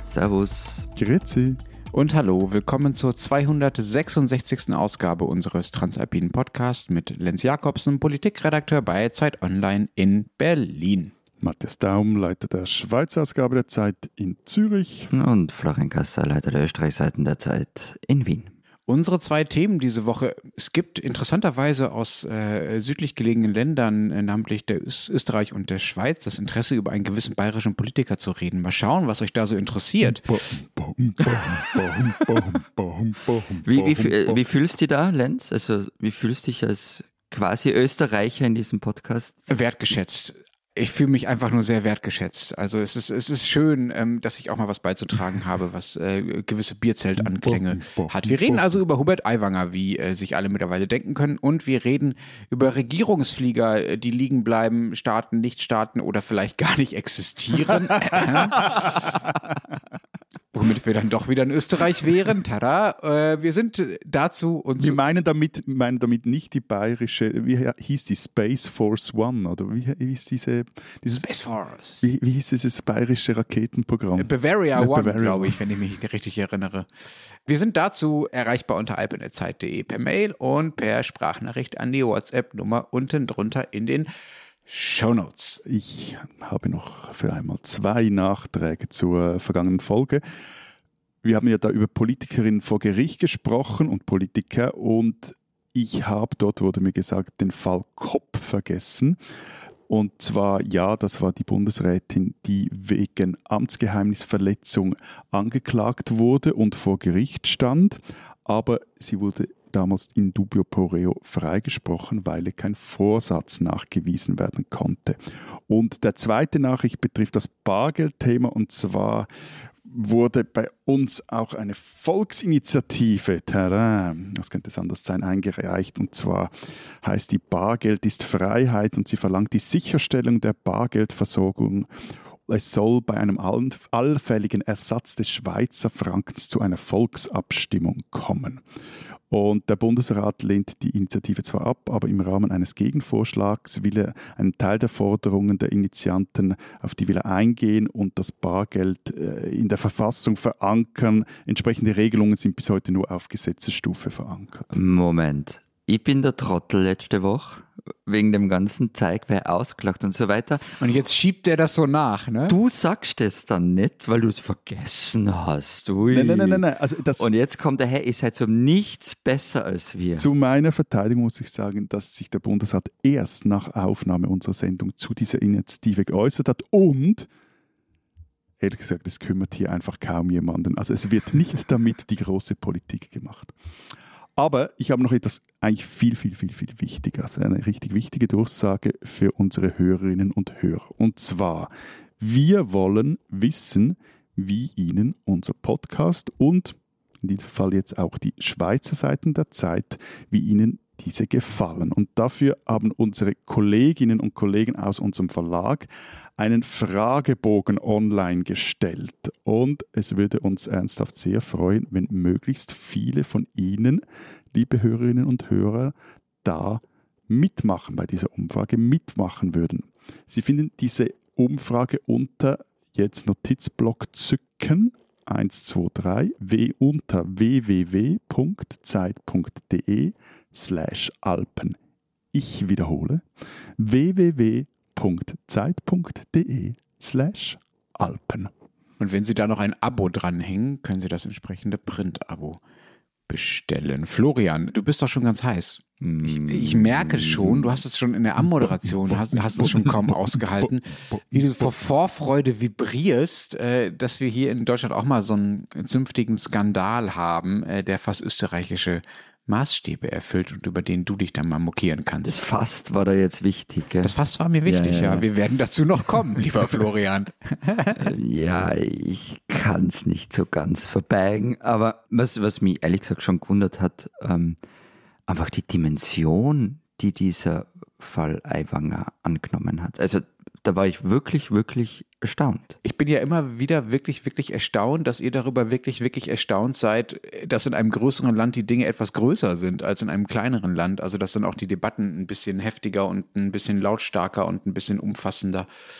Servus. Grüezi. Und hallo, willkommen zur 266. Ausgabe unseres Transalpinen Podcasts mit Lenz Jakobsen, Politikredakteur bei Zeit Online in Berlin. Matthias Daum, Leiter der Schweizer Ausgabe der Zeit in Zürich. Und Florian Gasser, Leiter der Österreichseiten der Zeit in Wien. Unsere zwei Themen diese Woche. Es gibt interessanterweise aus südlich gelegenen Ländern, namentlich der Österreich und der Schweiz, das Interesse, über einen gewissen bayerischen Politiker zu reden. Mal schauen, was euch da so interessiert. Wie fühlst du dich da, Lenz? Also wie fühlst du dich als quasi Österreicher in diesem Podcast? Wertgeschätzt. Ich fühle mich einfach nur sehr wertgeschätzt. Also es ist schön, dass ich auch mal was beizutragen habe, was gewisse Bierzeltanklänge hat. Wir reden also über Hubert Aiwanger, wie sich alle mittlerweile denken können. Und wir reden über Regierungsflieger, die liegen bleiben, starten, nicht starten oder vielleicht gar nicht existieren. Womit wir dann doch wieder in Österreich wären. Tada! Wir sind dazu uns. Wir meinen damit nicht die bayerische, wie hieß die, Space Force One, oder wie hieß dieses Space Force. Wie hieß dieses bayerische Raketenprogramm? Bavaria One, glaube ich, wenn ich mich richtig erinnere. Wir sind dazu erreichbar unter alpenetzeit.de per Mail und per Sprachnachricht an die WhatsApp-Nummer unten drunter in den Shownotes. Ich habe noch für einmal 2 Nachträge zur vergangenen Folge. Wir haben ja da über Politikerinnen vor Gericht gesprochen und Politiker und ich habe, dort wurde mir gesagt, den Fall Kopp vergessen. Und zwar, ja, das war die Bundesrätin, die wegen Amtsgeheimnisverletzung angeklagt wurde und vor Gericht stand, aber sie wurde damals in dubio pro reo freigesprochen, weil kein Vorsatz nachgewiesen werden konnte. Und der zweite Nachricht betrifft das Bargeldthema und zwar wurde bei uns auch eine Volksinitiative, was könnte es anders sein, eingereicht. Und zwar heißt die Bargeld ist Freiheit und sie verlangt die Sicherstellung der Bargeldversorgung. Es soll bei einem allfälligen Ersatz des Schweizer Frankens zu einer Volksabstimmung kommen. Und der Bundesrat lehnt die Initiative zwar ab, aber im Rahmen eines Gegenvorschlags will er einen Teil der Forderungen der Initianten, auf die will er eingehen und das Bargeld in der Verfassung verankern. Entsprechende Regelungen sind bis heute nur auf Gesetzesstufe verankert. Moment. Ich bin der Trottel letzte Woche, wegen dem ganzen Zeug, wer ausgelacht und so weiter. Und jetzt schiebt er das so nach, ne? Du sagst es dann nicht, weil du es vergessen hast. Ui. Nein. Also und jetzt kommt der Herr, ihr seid um nichts besser als wir. Zu meiner Verteidigung muss ich sagen, dass sich der Bundesrat erst nach Aufnahme unserer Sendung zu dieser Initiative geäußert hat und ehrlich gesagt, es kümmert hier einfach kaum jemanden. Also es wird nicht damit die große Politik gemacht. Aber ich habe noch etwas eigentlich viel wichtiger, also eine richtig wichtige Durchsage für unsere Hörerinnen und Hörer. Und zwar, wir wollen wissen, wie Ihnen unser Podcast und in diesem Fall jetzt auch die Schweizer Seiten der Zeit, wie Ihnen diese gefallen. Und dafür haben unsere Kolleginnen und Kollegen aus unserem Verlag einen Fragebogen online gestellt. Und es würde uns ernsthaft sehr freuen, wenn möglichst viele von Ihnen, liebe Hörerinnen und Hörer, da mitmachen, bei dieser Umfrage mitmachen würden. Sie finden diese Umfrage unter jetzt Notizblock zücken 123 unter www.zeit.de/Alpen. Ich wiederhole, www.zeit.de/Alpen. Und wenn Sie da noch ein Abo dranhängen, können Sie das entsprechende Print-Abo bestellen. Florian, du bist doch schon ganz heiß. Ich merke schon, du hast es schon in der Anmoderation, hast es schon kaum ausgehalten, wie du vor Vorfreude vibrierst, dass wir hier in Deutschland auch mal so einen zünftigen Skandal haben, der fast österreichische Maßstäbe erfüllt und über den du dich dann mal mokieren kannst. Das Fast war da jetzt wichtig, gell? Das Fast war mir wichtig, ja. Wir werden dazu noch kommen, lieber Florian. Ja, ich kann es nicht so ganz verbeigen, aber was mich ehrlich gesagt schon gewundert hat, einfach die Dimension, die dieser Fall Aiwanger angenommen hat. Also da war ich wirklich erstaunt. Ich bin ja immer wieder wirklich erstaunt, dass ihr darüber wirklich erstaunt seid, dass in einem größeren Land die Dinge etwas größer sind als in einem kleineren Land. Also dass dann auch die Debatten ein bisschen heftiger und ein bisschen lautstarker und ein bisschen umfassender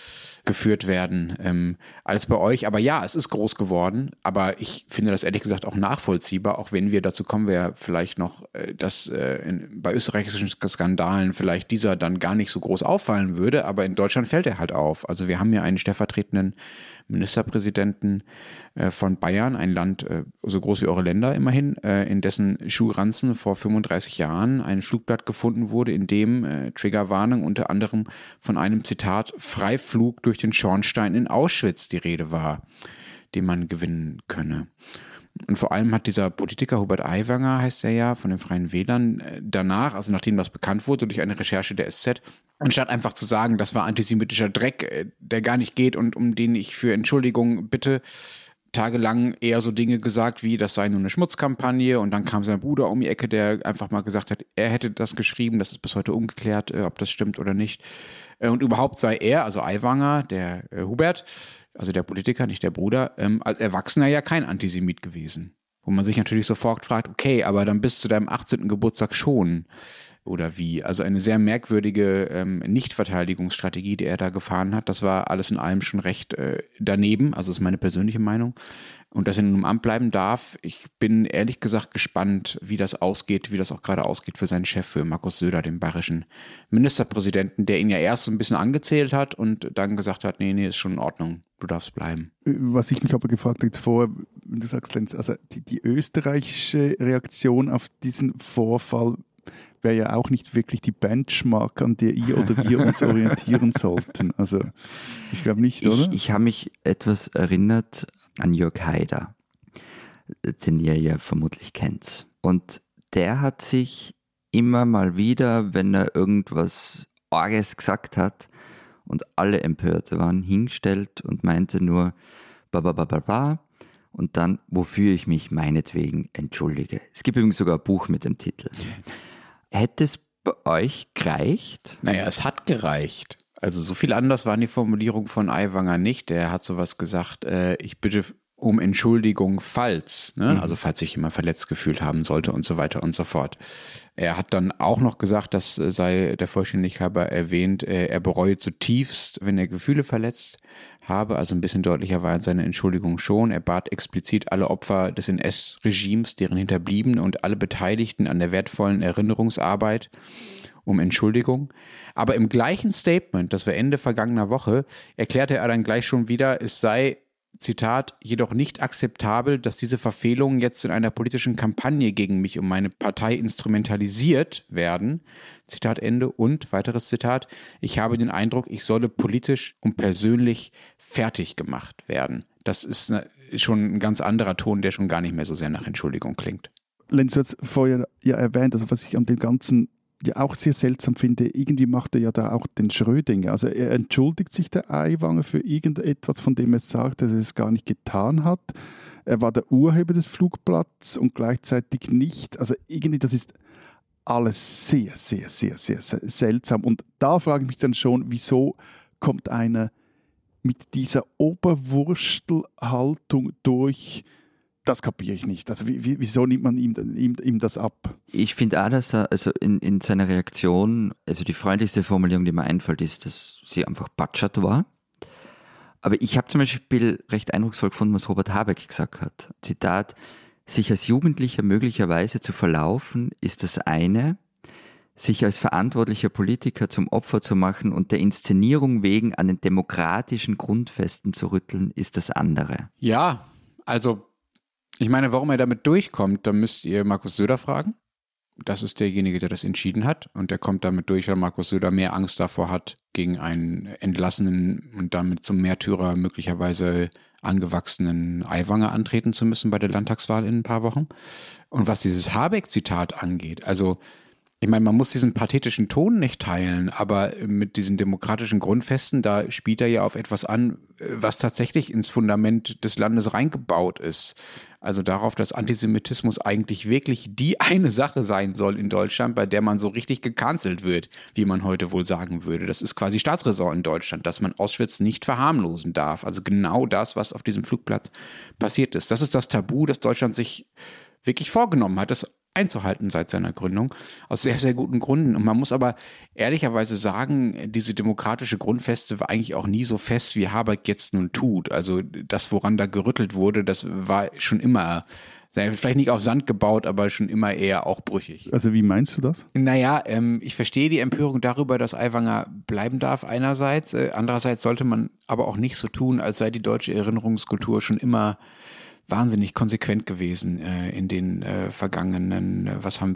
geführt werden als bei euch. Aber ja, es ist groß geworden. Aber ich finde das ehrlich gesagt auch nachvollziehbar, auch wenn wir, dazu kommen wir ja vielleicht noch, dass bei österreichischen Skandalen vielleicht dieser dann gar nicht so groß auffallen würde. Aber in Deutschland fällt er halt auf. Also wir haben ja einen stellvertretenden Ministerpräsidenten von Bayern, ein Land so groß wie eure Länder immerhin, in dessen Schuhranzen vor 35 Jahren ein Flugblatt gefunden wurde, in dem Triggerwarnung unter anderem von einem Zitat Freiflug durch den Schornstein in Auschwitz die Rede war, den man gewinnen könne. Und vor allem hat dieser Politiker Hubert Aiwanger, heißt er ja, von den Freien Wählern, danach, also nachdem das bekannt wurde durch eine Recherche der SZ, anstatt einfach zu sagen, das war antisemitischer Dreck, der gar nicht geht und um den ich für Entschuldigung bitte, tagelang eher so Dinge gesagt wie, das sei nur eine Schmutzkampagne, und dann kam sein Bruder um die Ecke, der einfach mal gesagt hat, er hätte das geschrieben, das ist bis heute ungeklärt, ob das stimmt oder nicht. Und überhaupt sei er, also Aiwanger, der Hubert, also der Politiker, nicht der Bruder, als Erwachsener ja kein Antisemit gewesen. Wo man sich natürlich sofort fragt, okay, aber dann bis zu deinem 18. Geburtstag schon. Oder wie? Also eine sehr merkwürdige Nichtverteidigungsstrategie, die er da gefahren hat. Das war alles in allem schon recht daneben. Also ist meine persönliche Meinung. Und dass er nun im Amt bleiben darf. Ich bin ehrlich gesagt gespannt, wie das ausgeht, wie das auch gerade ausgeht für seinen Chef, für Markus Söder, den bayerischen Ministerpräsidenten, der ihn ja erst so ein bisschen angezählt hat und dann gesagt hat, nee, ist schon in Ordnung, du darfst bleiben. Was ich mich aber gefragt habe jetzt vorher, wenn du sagst, Lenz, also die österreichische Reaktion auf diesen Vorfall wäre ja auch nicht wirklich die Benchmark, an der ihr oder wir uns orientieren sollten. Also ich glaube nicht, oder? Ich habe mich etwas erinnert an Jörg Haider, den ihr ja vermutlich kennt. Und der hat sich immer mal wieder, wenn er irgendwas Arges gesagt hat und alle empört waren, hingestellt und meinte nur ba und dann, wofür ich mich meinetwegen entschuldige. Es gibt übrigens sogar ein Buch mit dem Titel. Hätte es bei euch gereicht? Naja, es hat gereicht. Also so viel anders waren die Formulierungen von Aiwanger nicht. Der hat sowas gesagt, ich bitte um Entschuldigung, falls, ne? Also falls sich jemand verletzt gefühlt haben sollte und so weiter und so fort. Er hat dann auch noch gesagt, das sei der Vollständigkeit halber erwähnt, er bereue zutiefst, wenn er Gefühle verletzt habe, also ein bisschen deutlicher war seine Entschuldigung schon. Er bat explizit alle Opfer des NS-Regimes, deren Hinterbliebenen und alle Beteiligten an der wertvollen Erinnerungsarbeit um Entschuldigung. Aber im gleichen Statement, das war Ende vergangener Woche, erklärte er dann gleich schon wieder, es sei, Zitat, jedoch nicht akzeptabel, dass diese Verfehlungen jetzt in einer politischen Kampagne gegen mich und meine Partei instrumentalisiert werden. Zitat Ende. Und, weiteres Zitat, ich habe den Eindruck, ich solle politisch und persönlich fertig gemacht werden. Das ist schon ein ganz anderer Ton, der schon gar nicht mehr so sehr nach Entschuldigung klingt. Lenz, du hast vorher ja erwähnt, also was ich an dem Ganzen ja auch sehr seltsam finde, irgendwie macht er ja da auch den Schrödinger. Also er entschuldigt sich, der Aiwanger, für irgendetwas, von dem er sagt, dass er es gar nicht getan hat. Er war der Urheber des Flugblatts und gleichzeitig nicht. Also irgendwie, das ist alles sehr, sehr, sehr, sehr, sehr seltsam. Und da frage ich mich dann schon, wieso kommt einer mit dieser Oberwurstelhaltung durch? Das kapiere ich nicht. Also wieso nimmt man ihm das ab? Ich finde auch, dass er also in seiner Reaktion, also die freundlichste Formulierung, die mir einfällt, ist, dass sie einfach patschert war. Aber ich habe zum Beispiel recht eindrucksvoll gefunden, was Robert Habeck gesagt hat. Zitat, sich als Jugendlicher möglicherweise zu verlaufen, ist das eine. Sich als verantwortlicher Politiker zum Opfer zu machen und der Inszenierung wegen an den demokratischen Grundfesten zu rütteln, ist das andere. Ja, also ich meine, warum er damit durchkommt, da müsst ihr Markus Söder fragen. Das ist derjenige, der das entschieden hat. Und der kommt damit durch, weil Markus Söder mehr Angst davor hat, gegen einen entlassenen und damit zum Märtyrer möglicherweise angewachsenen Aiwanger antreten zu müssen bei der Landtagswahl in ein paar Wochen. Und was dieses Habeck-Zitat angeht, also ich meine, man muss diesen pathetischen Ton nicht teilen, aber mit diesen demokratischen Grundfesten, da spielt er ja auf etwas an, was tatsächlich ins Fundament des Landes reingebaut ist. Also darauf, dass Antisemitismus eigentlich wirklich die eine Sache sein soll in Deutschland, bei der man so richtig gecancelt wird, wie man heute wohl sagen würde. Das ist quasi Staatsräson in Deutschland, dass man Auschwitz nicht verharmlosen darf. Also genau das, was auf diesem Flugplatz passiert ist. Das ist das Tabu, das Deutschland sich wirklich vorgenommen hat, das einzuhalten seit seiner Gründung, aus sehr, sehr guten Gründen. Und man muss aber ehrlicherweise sagen, diese demokratische Grundfeste war eigentlich auch nie so fest, wie Habeck jetzt nun tut. Also das, woran da gerüttelt wurde, das war schon immer, vielleicht nicht auf Sand gebaut, aber schon immer eher auch brüchig. Also wie meinst du das? Naja, ich verstehe die Empörung darüber, dass Aiwanger bleiben darf einerseits. Andererseits sollte man aber auch nicht so tun, als sei die deutsche Erinnerungskultur schon immer wahnsinnig konsequent gewesen in den vergangenen,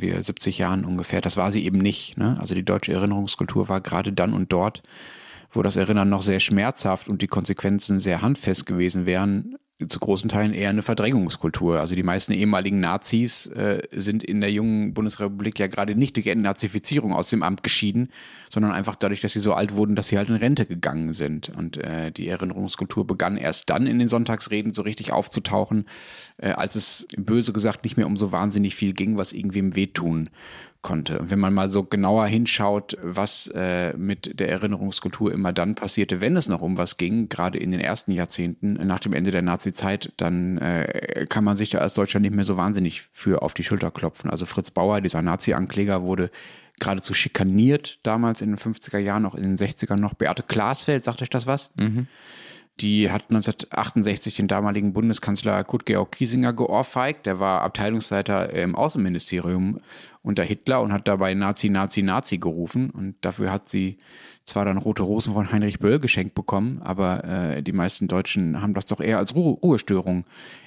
70 Jahren ungefähr. Das war sie eben nicht. Ne? Also die deutsche Erinnerungskultur war gerade dann und dort, wo das Erinnern noch sehr schmerzhaft und die Konsequenzen sehr handfest gewesen wären, zu großen Teilen eher eine Verdrängungskultur. Also die meisten ehemaligen Nazis sind in der jungen Bundesrepublik ja gerade nicht durch Entnazifizierung aus dem Amt geschieden, sondern einfach dadurch, dass sie so alt wurden, dass sie halt in Rente gegangen sind. Und die Erinnerungskultur begann erst dann in den Sonntagsreden so richtig aufzutauchen, als es böse gesagt nicht mehr um so wahnsinnig viel ging, was irgendwem wehtun konnte. Und wenn man mal so genauer hinschaut, was mit der Erinnerungskultur immer dann passierte, wenn es noch um was ging, gerade in den ersten Jahrzehnten nach dem Ende der Nazizeit, dann kann man sich da als Deutscher nicht mehr so wahnsinnig für auf die Schulter klopfen. Also Fritz Bauer, dieser Nazi-Ankläger, wurde geradezu schikaniert, damals in den 50er Jahren, auch in den 60ern noch. Beate Glasfeld, sagt euch das was? Mhm. Die hat 1968 den damaligen Bundeskanzler Kurt-Georg Kiesinger geohrfeigt. Der war Abteilungsleiter im Außenministerium unter Hitler und hat dabei Nazi, Nazi, Nazi gerufen. Und dafür hat sie zwar dann Rote Rosen von Heinrich Böll geschenkt bekommen, aber die meisten Deutschen haben das doch eher als Ruhestörung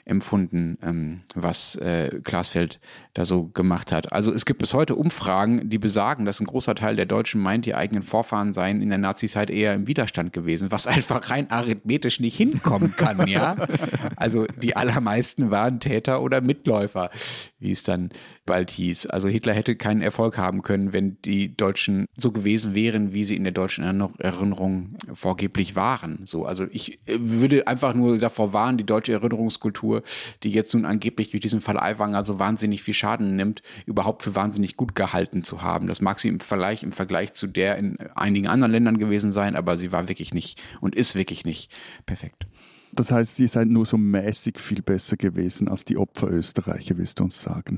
empfunden, was Glasfeld da so gemacht hat. Also es gibt bis heute Umfragen, die besagen, dass ein großer Teil der Deutschen meint, die eigenen Vorfahren seien in der Nazizeit eher im Widerstand gewesen, was einfach rein arithmetisch nicht hinkommen kann, ja. Also die allermeisten waren Täter oder Mitläufer, wie es dann bald hieß. Also Hitler hätte keinen Erfolg haben können, wenn die Deutschen so gewesen wären, wie sie in der deutschen Erinnerung vorgeblich waren. So, also ich würde einfach nur davor warnen, die deutsche Erinnerungskultur, die jetzt nun angeblich durch diesen Fall Aiwanger so wahnsinnig viel Schaden nimmt, überhaupt für wahnsinnig gut gehalten zu haben. Das mag sie im Vergleich zu der in einigen anderen Ländern gewesen sein, aber sie war wirklich nicht und ist wirklich nicht perfekt. Das heißt, ihr seid nur so mäßig viel besser gewesen als die Opfer Österreicher, willst du uns sagen?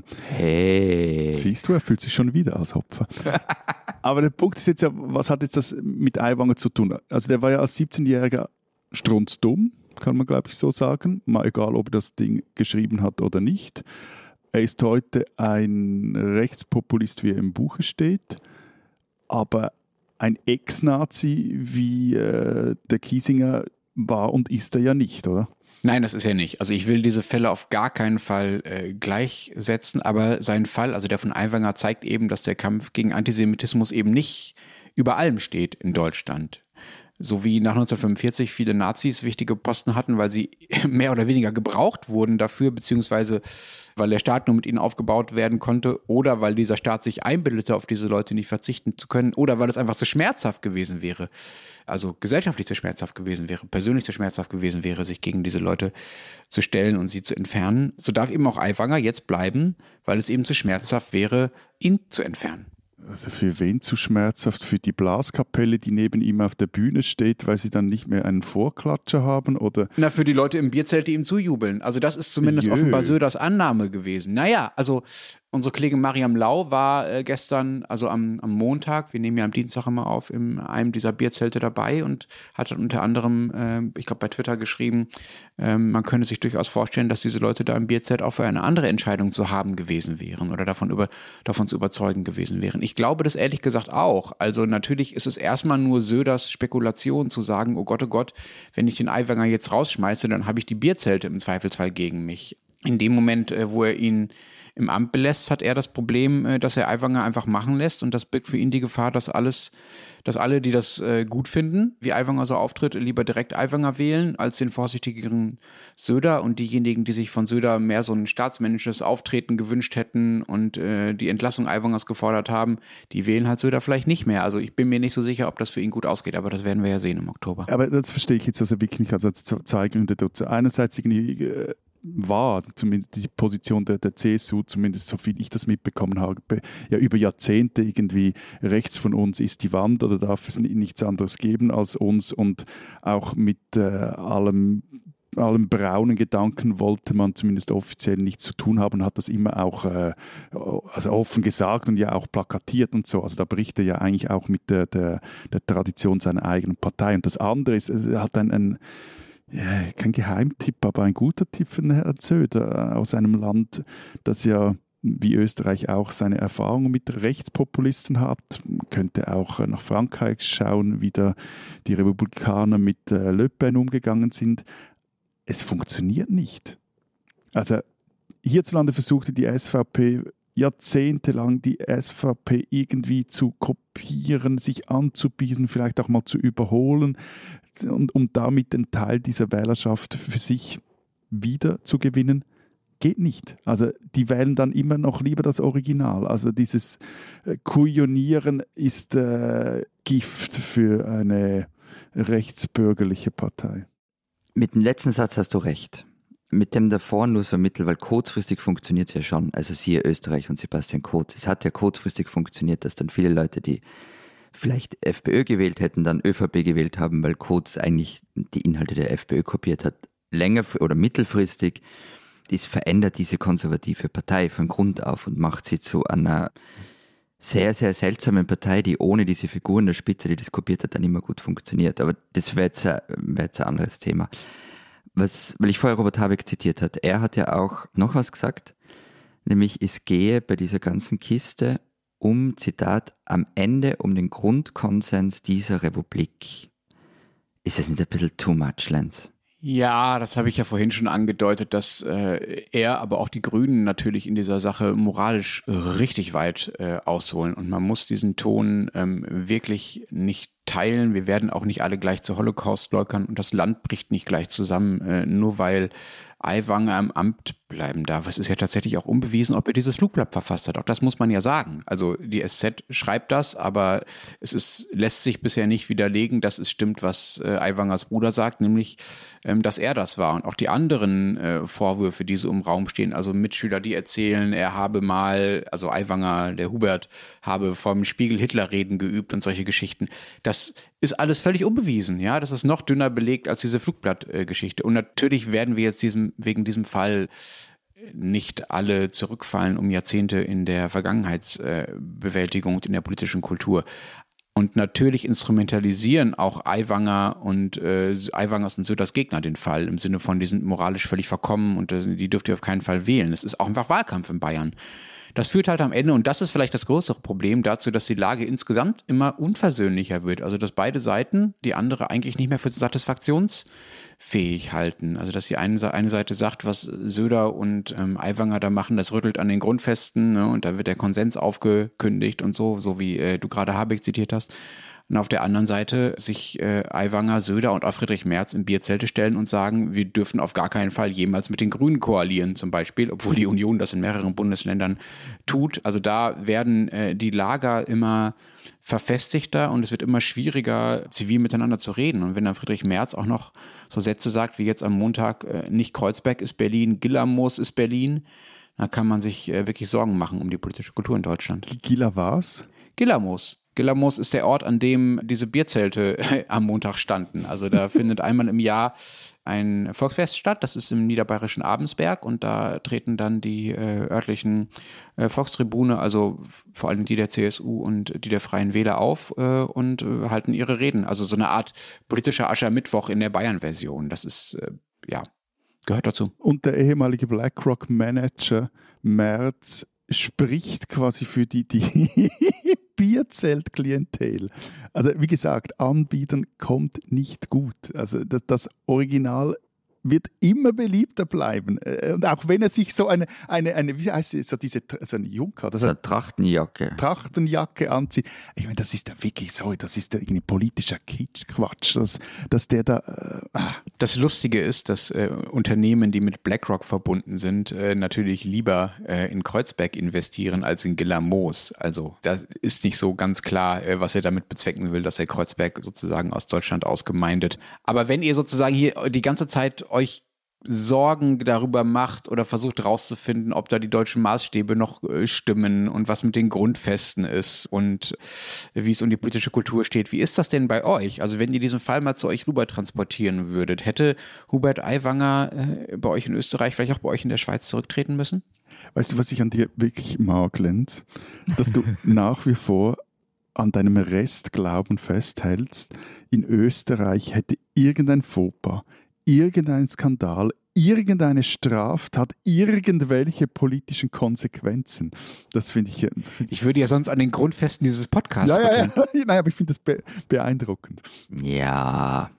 Hey. Siehst du, er fühlt sich schon wieder als Opfer. Aber der Punkt ist jetzt ja, was hat jetzt das mit Aiwanger zu tun? Also der war ja als 17-Jähriger strunzdumm, kann man glaube ich so sagen. Mal egal, ob er das Ding geschrieben hat oder nicht. Er ist heute ein Rechtspopulist, wie er im Buche steht. Aber ein Ex-Nazi wie der Kiesinger war und ist er ja nicht, oder? Nein, das ist er nicht. Also ich will diese Fälle auf gar keinen Fall gleichsetzen, aber sein Fall, also der von Aiwanger, zeigt eben, dass der Kampf gegen Antisemitismus eben nicht über allem steht in Deutschland. So wie nach 1945 viele Nazis wichtige Posten hatten, weil sie mehr oder weniger gebraucht wurden dafür, beziehungsweise weil der Staat nur mit ihnen aufgebaut werden konnte oder weil dieser Staat sich einbildete, auf diese Leute nicht verzichten zu können oder weil es einfach so schmerzhaft gewesen wäre, also gesellschaftlich so schmerzhaft gewesen wäre, persönlich so schmerzhaft gewesen wäre, sich gegen diese Leute zu stellen und sie zu entfernen. So darf eben auch Aiwanger jetzt bleiben, weil es eben zu schmerzhaft wäre, ihn zu entfernen. Also für wen zu schmerzhaft? Für die Blaskapelle, die neben ihm auf der Bühne steht, weil sie dann nicht mehr einen Vorklatscher haben? Oder? Na, für die Leute im Bierzelt, die ihm zujubeln. Also das ist zumindest offenbar Söders Annahme gewesen. Naja, also unsere Kollegin Mariam Lau war gestern, also am Montag, wir nehmen ja am Dienstag immer auf, in einem dieser Bierzelte dabei und hat dann unter anderem, ich glaube bei Twitter geschrieben, man könnte sich durchaus vorstellen, dass diese Leute da im Bierzelt auch für eine andere Entscheidung zu haben gewesen wären oder davon zu überzeugen gewesen wären. Ich glaube das ehrlich gesagt auch. Also natürlich ist es erstmal nur Söders Spekulation zu sagen, oh Gott, wenn ich den Aiwanger jetzt rausschmeiße, dann habe ich die Bierzelte im Zweifelsfall gegen mich. In dem Moment, wo er ihn im Amt belässt, hat er das Problem, dass er Aiwanger einfach machen lässt und das birgt für ihn die Gefahr, dass alle, die das gut finden, wie Aiwanger so auftritt, lieber direkt Aiwanger wählen als den vorsichtigeren Söder und diejenigen, die sich von Söder mehr so ein staatsmännisches Auftreten gewünscht hätten und die Entlassung Aiwangers gefordert haben, die wählen halt Söder vielleicht nicht mehr. Also ich bin mir nicht so sicher, ob das für ihn gut ausgeht, aber das werden wir ja sehen im Oktober. Aber das verstehe ich jetzt also wirklich nicht. Also zwei Gründe dazu. Einerseits irgendwie war zumindest die Position der CSU, zumindest so viel ich das mitbekommen habe, ja über Jahrzehnte irgendwie rechts von uns ist die Wand oder darf es nichts anderes geben als uns und auch mit allem allem braunen Gedanken wollte man zumindest offiziell nichts zu tun haben und hat das immer auch also offen gesagt und ja auch plakatiert und so. Also da bricht er ja eigentlich auch mit der Tradition seiner eigenen Partei. Und das andere ist halt kein Geheimtipp, aber ein guter Tipp von Herrn Söder aus einem Land, das ja wie Österreich auch seine Erfahrungen mit Rechtspopulisten hat. Man könnte auch nach Frankreich schauen, wie da die Republikaner mit Le Pen umgegangen sind. Es funktioniert nicht. Also hierzulande versuchte die SVP jahrzehntelang die SVP irgendwie zu kopieren, sich anzubieten, vielleicht auch mal zu überholen und um damit einen Teil dieser Wählerschaft für sich wieder zu gewinnen. Geht nicht. Also die wählen dann immer noch lieber das Original. Also dieses Kujonieren ist Gift für eine rechtsbürgerliche Partei. Mit dem letzten Satz hast du recht. Mit dem davor nur so mittel, weil kurzfristig funktioniert es ja schon. Also siehe Österreich und Sebastian Kurz. Es hat ja kurzfristig funktioniert, dass dann viele Leute, die vielleicht FPÖ gewählt hätten, dann ÖVP gewählt haben, weil Kurz eigentlich die Inhalte der FPÖ kopiert hat. Länger oder mittelfristig verändert diese konservative Partei von Grund auf und macht sie zu einer sehr, sehr seltsamen Partei, die ohne diese Figur in der Spitze, die das kopiert hat, dann immer gut funktioniert. Aber das wäre jetzt ein anderes Thema. Weil ich vorher Robert Habeck zitiert habe, er hat ja auch noch was gesagt, nämlich es gehe bei dieser ganzen Kiste Zitat, am Ende um den Grundkonsens dieser Republik. Ist das nicht ein bisschen too much, Lenz? Ja, das habe ich ja vorhin schon angedeutet, dass er, aber auch die Grünen natürlich in dieser Sache moralisch richtig weit ausholen. Und man muss diesen Ton wirklich nicht teilen. Wir werden auch nicht alle gleich zu Holocaust-Leugnern und das Land bricht nicht gleich zusammen, nur weil Aiwanger im Amt bleiben darf. Es ist ja tatsächlich auch unbewiesen, ob er dieses Flugblatt verfasst hat. Auch das muss man ja sagen. Also die SZ schreibt das, aber lässt sich bisher nicht widerlegen, dass es stimmt, was Aiwangers Bruder sagt, nämlich, dass er das war. Und auch die anderen Vorwürfe, die so im Raum stehen, also Mitschüler, die erzählen, er habe mal, also Aiwanger, der Hubert, habe vom Spiegel Hitlerreden geübt und solche Geschichten. Das ist alles völlig unbewiesen. Ja, das ist noch dünner belegt als diese Flugblattgeschichte. Und natürlich werden wir jetzt wegen diesem Fall nicht alle zurückfallen um Jahrzehnte in der Vergangenheitsbewältigung und in der politischen Kultur. Und natürlich instrumentalisieren auch Aiwanger und Aiwangers und Söders Gegner den Fall im Sinne von, die sind moralisch völlig verkommen und die dürft ihr auf keinen Fall wählen. Es ist auch einfach Wahlkampf in Bayern. Das führt halt am Ende, und das ist vielleicht das größere Problem, dazu, dass die Lage insgesamt immer unversöhnlicher wird. Also dass beide Seiten die andere eigentlich nicht mehr für satisfaktionsfähig halten. Also dass die eine Seite sagt, was Söder und Aiwanger da machen, das rüttelt an den Grundfesten, ne, und da wird der Konsens aufgekündigt und so wie du gerade Habeck zitiert hast. Und auf der anderen Seite sich Aiwanger, Söder und auch Friedrich Merz in Bierzelte stellen und sagen, wir dürfen auf gar keinen Fall jemals mit den Grünen koalieren zum Beispiel, obwohl die Union das in mehreren Bundesländern tut. Also da werden die Lager immer verfestigter und es wird immer schwieriger, zivil miteinander zu reden. Und wenn dann Friedrich Merz auch noch so Sätze sagt, wie jetzt am Montag, nicht Kreuzberg ist Berlin, Gillermoos ist Berlin, dann kann man sich wirklich Sorgen machen um die politische Kultur in Deutschland. Gila was? Gillermoos. Gillermoos ist der Ort, an dem diese Bierzelte am Montag standen. Also da findet einmal im Jahr ein Volksfest statt, das ist im niederbayerischen Abensberg und da treten dann die örtlichen Volkstribune, also vor allem die der CSU und die der Freien Wähler auf und halten ihre Reden. Also so eine Art politischer Aschermittwoch in der Bayern-Version. Das ist, gehört dazu. Und der ehemalige BlackRock-Manager Merz spricht quasi für die Bierzelt-Klientel. Also wie gesagt, Anbietern kommt nicht gut. Also das Original wird immer beliebter bleiben. Und auch wenn er sich so eine wie heißt es, so eine Junker, so eine Trachtenjacke anzieht. Ich meine, das ist ja wirklich, das ist irgendwie politischer Kitsch-Quatsch, dass der da... Das Lustige ist, dass Unternehmen, die mit BlackRock verbunden sind, natürlich lieber in Kreuzberg investieren als in Gillermoos. Also da ist nicht so ganz klar, was er damit bezwecken will, dass er Kreuzberg sozusagen aus Deutschland ausgemeindet. Aber wenn ihr sozusagen hier die ganze Zeit euch Sorgen darüber macht oder versucht rauszufinden, ob da die deutschen Maßstäbe noch stimmen und was mit den Grundfesten ist und wie es um die politische Kultur steht. Wie ist das denn bei euch? Also wenn ihr diesen Fall mal zu euch rüber transportieren würdet, hätte Hubert Aiwanger bei euch in Österreich, vielleicht auch bei euch in der Schweiz zurücktreten müssen? Weißt du, was ich an dir wirklich mag, Lenz? Dass du nach wie vor an deinem Restglauben festhältst, in Österreich hätte irgendein Fauxpas, irgendein Skandal, irgendeine Straftat, irgendwelche politischen Konsequenzen. Das finde ich... Ich würde ja sonst an den Grundfesten dieses Podcasts ja. Nein, aber ich finde das beeindruckend. Ja.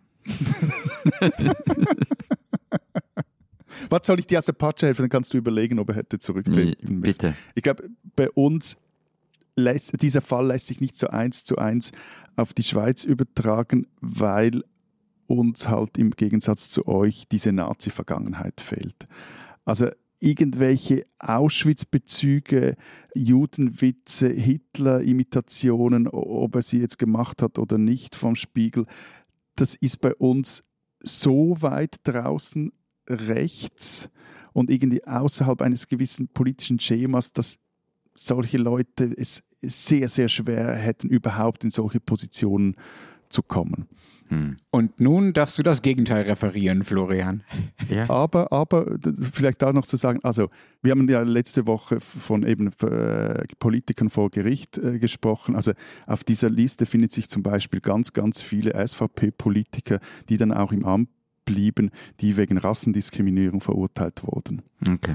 Was soll ich dir aus der Patsche helfen? Dann kannst du überlegen, ob er hätte zurücktreten müssen. Bitte. Ich glaube, bei uns dieser Fall lässt sich nicht so 1:1 auf die Schweiz übertragen, weil uns halt im Gegensatz zu euch diese Nazi-Vergangenheit fehlt. Also irgendwelche Auschwitz-Bezüge, Judenwitze, Hitler-Imitationen, ob er sie jetzt gemacht hat oder nicht vom Spiegel, das ist bei uns so weit draußen rechts und irgendwie außerhalb eines gewissen politischen Schemas, dass solche Leute es sehr, sehr schwer hätten, überhaupt in solche Positionen zu kommen. Und nun darfst du das Gegenteil referieren, Florian. Ja. Aber vielleicht da noch zu sagen, also wir haben ja letzte Woche von eben Politikern vor Gericht gesprochen. Also auf dieser Liste findet sich zum Beispiel ganz, ganz viele SVP-Politiker, die dann auch im Amt blieben, die wegen Rassendiskriminierung verurteilt wurden. Okay.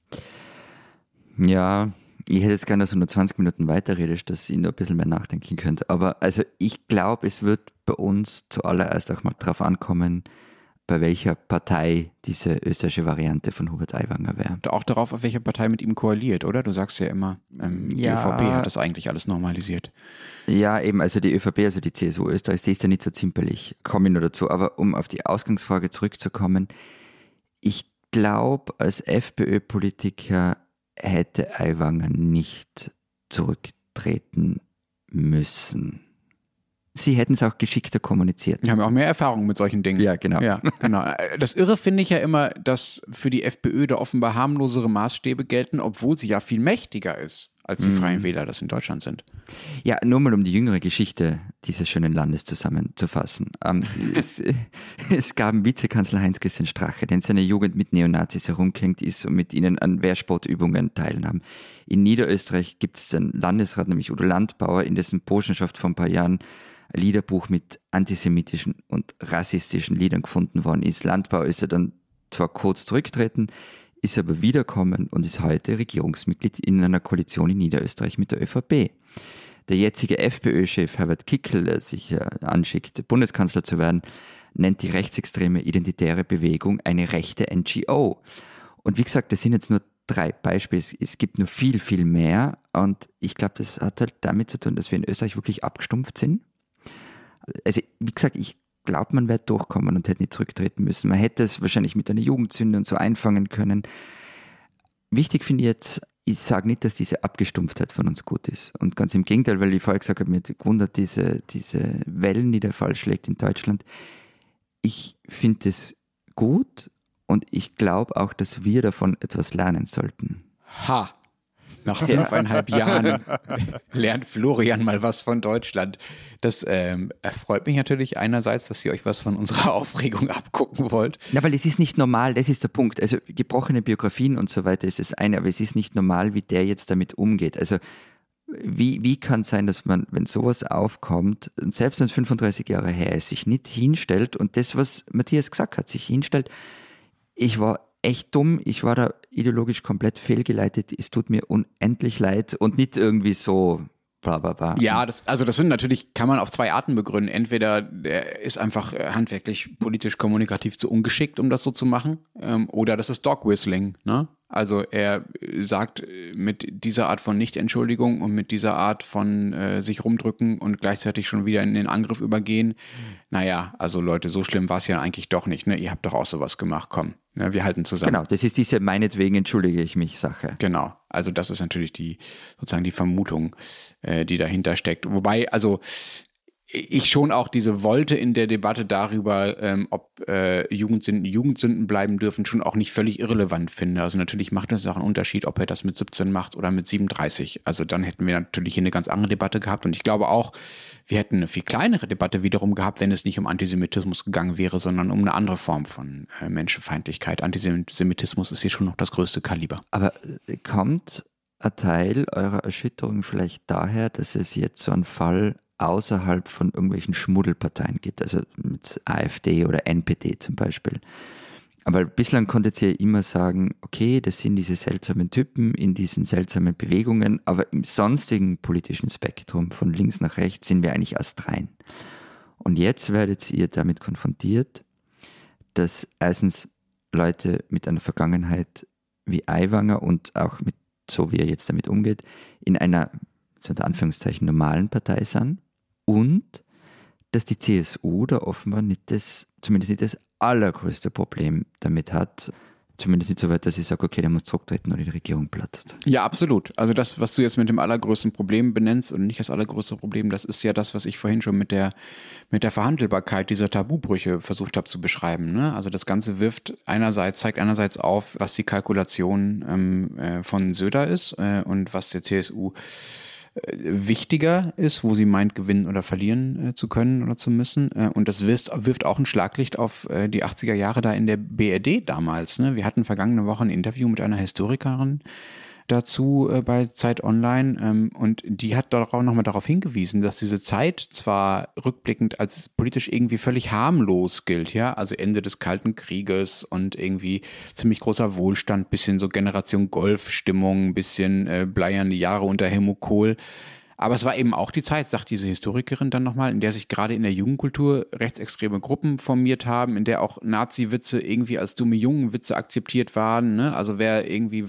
Ja, ich hätte jetzt gerne so nur 20 Minuten weiterredest, dass ich noch ein bisschen mehr nachdenken könnte. Aber also ich glaube, es wird bei uns zuallererst auch mal drauf ankommen, bei welcher Partei diese österreichische Variante von Hubert Aiwanger wäre. Und auch darauf, auf welche Partei mit ihm koaliert, oder? Du sagst ja immer, die ÖVP hat das eigentlich alles normalisiert. Ja, eben, also die ÖVP, also die CSU Österreichs, die ist ja nicht so zimperlich. Komme ich nur dazu. Aber um auf die Ausgangsfrage zurückzukommen, ich glaube, als FPÖ-Politiker hätte Aiwanger nicht zurücktreten müssen. Sie hätten es auch geschickter kommuniziert. Wir haben ja auch mehr Erfahrung mit solchen Dingen. Ja, genau. Ja, genau. Das Irre finde ich ja immer, dass für die FPÖ da offenbar harmlosere Maßstäbe gelten, obwohl sie ja viel mächtiger ist, als die Freien Wähler das in Deutschland sind. Ja, nur mal um die jüngere Geschichte dieses schönen Landes zusammenzufassen. Es gab einen Vizekanzler Heinz-Christian Strache, der in seiner Jugend mit Neonazis herumgehängt ist und mit ihnen an Wehrsportübungen teilnahm. In Niederösterreich gibt es den Landesrat, nämlich Udo Landbauer, in dessen Burschenschaft vor ein paar Jahren ein Liederbuch mit antisemitischen und rassistischen Liedern gefunden worden ist. Landbauer ist er dann zwar kurz zurückgetreten, ist aber wiederkommen und ist heute Regierungsmitglied in einer Koalition in Niederösterreich mit der ÖVP. Der jetzige FPÖ-Chef Herbert Kickl, der sich anschickt, Bundeskanzler zu werden, nennt die rechtsextreme identitäre Bewegung eine rechte NGO. Und wie gesagt, das sind jetzt nur 3 Beispiele. Es gibt nur viel, viel mehr. Und ich glaube, das hat halt damit zu tun, dass wir in Österreich wirklich abgestumpft sind. Also, wie gesagt, ich glaube, man wird durchkommen und hätte nicht zurücktreten müssen. Man hätte es wahrscheinlich mit einer Jugendsünde und so einfangen können. Wichtig finde ich jetzt, ich sage nicht, dass diese Abgestumpftheit von uns gut ist. Und ganz im Gegenteil, weil ich vorher gesagt habe, mir gewundert diese Wellen, die der Fall schlägt in Deutschland. Ich finde es gut und ich glaube auch, dass wir davon etwas lernen sollten. Ha! Nach 5,5 Jahren lernt Florian mal was von Deutschland. Das erfreut mich natürlich einerseits, dass ihr euch was von unserer Aufregung abgucken wollt. Ja, weil es ist nicht normal, das ist der Punkt. Also gebrochene Biografien und so weiter ist das eine, aber es ist nicht normal, wie der jetzt damit umgeht. Also wie kann es sein, dass man, wenn sowas aufkommt, selbst wenn es 35 Jahre her ist, sich nicht hinstellt und das, was Matthias gesagt hat, sich hinstellt, ich war echt dumm, ich war da ideologisch komplett fehlgeleitet, es tut mir unendlich leid und nicht irgendwie so bla bla bla. Ja, das sind natürlich, kann man auf 2 Arten begründen. Entweder der ist einfach handwerklich, politisch, kommunikativ zu ungeschickt, um das so zu machen, oder das ist Dog Whistling, ne? Also er sagt mit dieser Art von Nicht-Entschuldigung und mit dieser Art von sich rumdrücken und gleichzeitig schon wieder in den Angriff übergehen. Naja, also Leute, so schlimm war es ja eigentlich doch nicht. Ne? Ihr habt doch auch sowas gemacht, komm. Ja, wir halten zusammen. Genau, das ist diese meinetwegen entschuldige ich mich Sache. Genau, also das ist natürlich sozusagen die Vermutung, die dahinter steckt. Wobei, also ich schon auch diese Wolte in der Debatte darüber, ob Jugendsünden bleiben dürfen, schon auch nicht völlig irrelevant finde. Also natürlich macht es auch einen Unterschied, ob er das mit 17 macht oder mit 37. Also dann hätten wir natürlich hier eine ganz andere Debatte gehabt. Und ich glaube auch, wir hätten eine viel kleinere Debatte wiederum gehabt, wenn es nicht um Antisemitismus gegangen wäre, sondern um eine andere Form von Menschenfeindlichkeit. Antisemitismus ist hier schon noch das größte Kaliber. Aber kommt ein Teil eurer Erschütterung vielleicht daher, dass es jetzt so einen Fall außerhalb von irgendwelchen Schmuddelparteien gibt, also mit AfD oder NPD zum Beispiel. Aber bislang konntet ihr ja immer sagen, okay, das sind diese seltsamen Typen in diesen seltsamen Bewegungen, aber im sonstigen politischen Spektrum von links nach rechts sind wir eigentlich astrein. Und jetzt werdet ihr damit konfrontiert, dass erstens Leute mit einer Vergangenheit wie Aiwanger und auch mit so wie er jetzt damit umgeht, in einer, unter Anführungszeichen, normalen Partei sind und dass die CSU da offenbar zumindest nicht das allergrößte Problem damit hat, zumindest nicht so weit, dass ich sage, okay, der muss zurücktreten oder die Regierung platzt. Ja, absolut. Also das, was du jetzt mit dem allergrößten Problem benennst und nicht das allergrößte Problem, das ist ja das, was ich vorhin schon mit der Verhandelbarkeit dieser Tabubrüche versucht habe zu beschreiben. Ne? Also das Ganze zeigt einerseits auf, was die Kalkulation von Söder ist und was der CSU wichtiger ist, wo sie meint, gewinnen oder verlieren zu können oder zu müssen. Und das wirft auch ein Schlaglicht auf die 80er Jahre da in der BRD damals. Ne? Wir hatten vergangene Woche ein Interview mit einer Historikerin dazu bei Zeit Online und die hat doch auch nochmal darauf hingewiesen, dass diese Zeit zwar rückblickend als politisch irgendwie völlig harmlos gilt, ja, also Ende des Kalten Krieges und irgendwie ziemlich großer Wohlstand, bisschen so Generation Golf-Stimmung, bisschen bleierne Jahre unter Helmut Kohl. Aber es war eben auch die Zeit, sagt diese Historikerin dann nochmal, in der sich gerade in der Jugendkultur rechtsextreme Gruppen formiert haben, in der auch Nazi-Witze irgendwie als dumme Jungenwitze akzeptiert waren. Ne? Also wer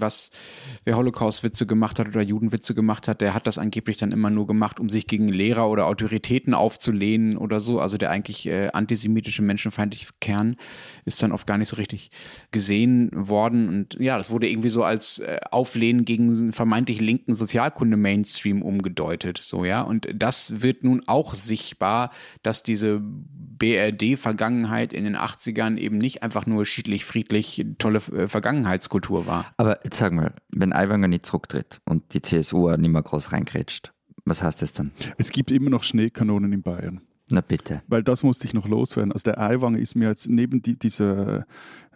Holocaust-Witze gemacht hat oder Judenwitze gemacht hat, der hat das angeblich dann immer nur gemacht, um sich gegen Lehrer oder Autoritäten aufzulehnen oder so. Also der eigentlich antisemitische, menschenfeindliche Kern ist dann oft gar nicht so richtig gesehen worden. Und ja, das wurde irgendwie so als Auflehnen gegen einen vermeintlich linken Sozialkunde-Mainstream umgedeutet. So, ja, und das wird nun auch sichtbar, dass diese BRD-Vergangenheit in den 80ern eben nicht einfach nur schiedlich-friedlich tolle Vergangenheitskultur war. Aber jetzt sag mal, wenn Aiwanger nicht zurücktritt und die CSU nicht mehr groß reingrätscht, was heißt das dann? Es gibt immer noch Schneekanonen in Bayern. Na bitte. Weil das musste ich noch loswerden. Also der Aiwanger ist mir jetzt neben dieser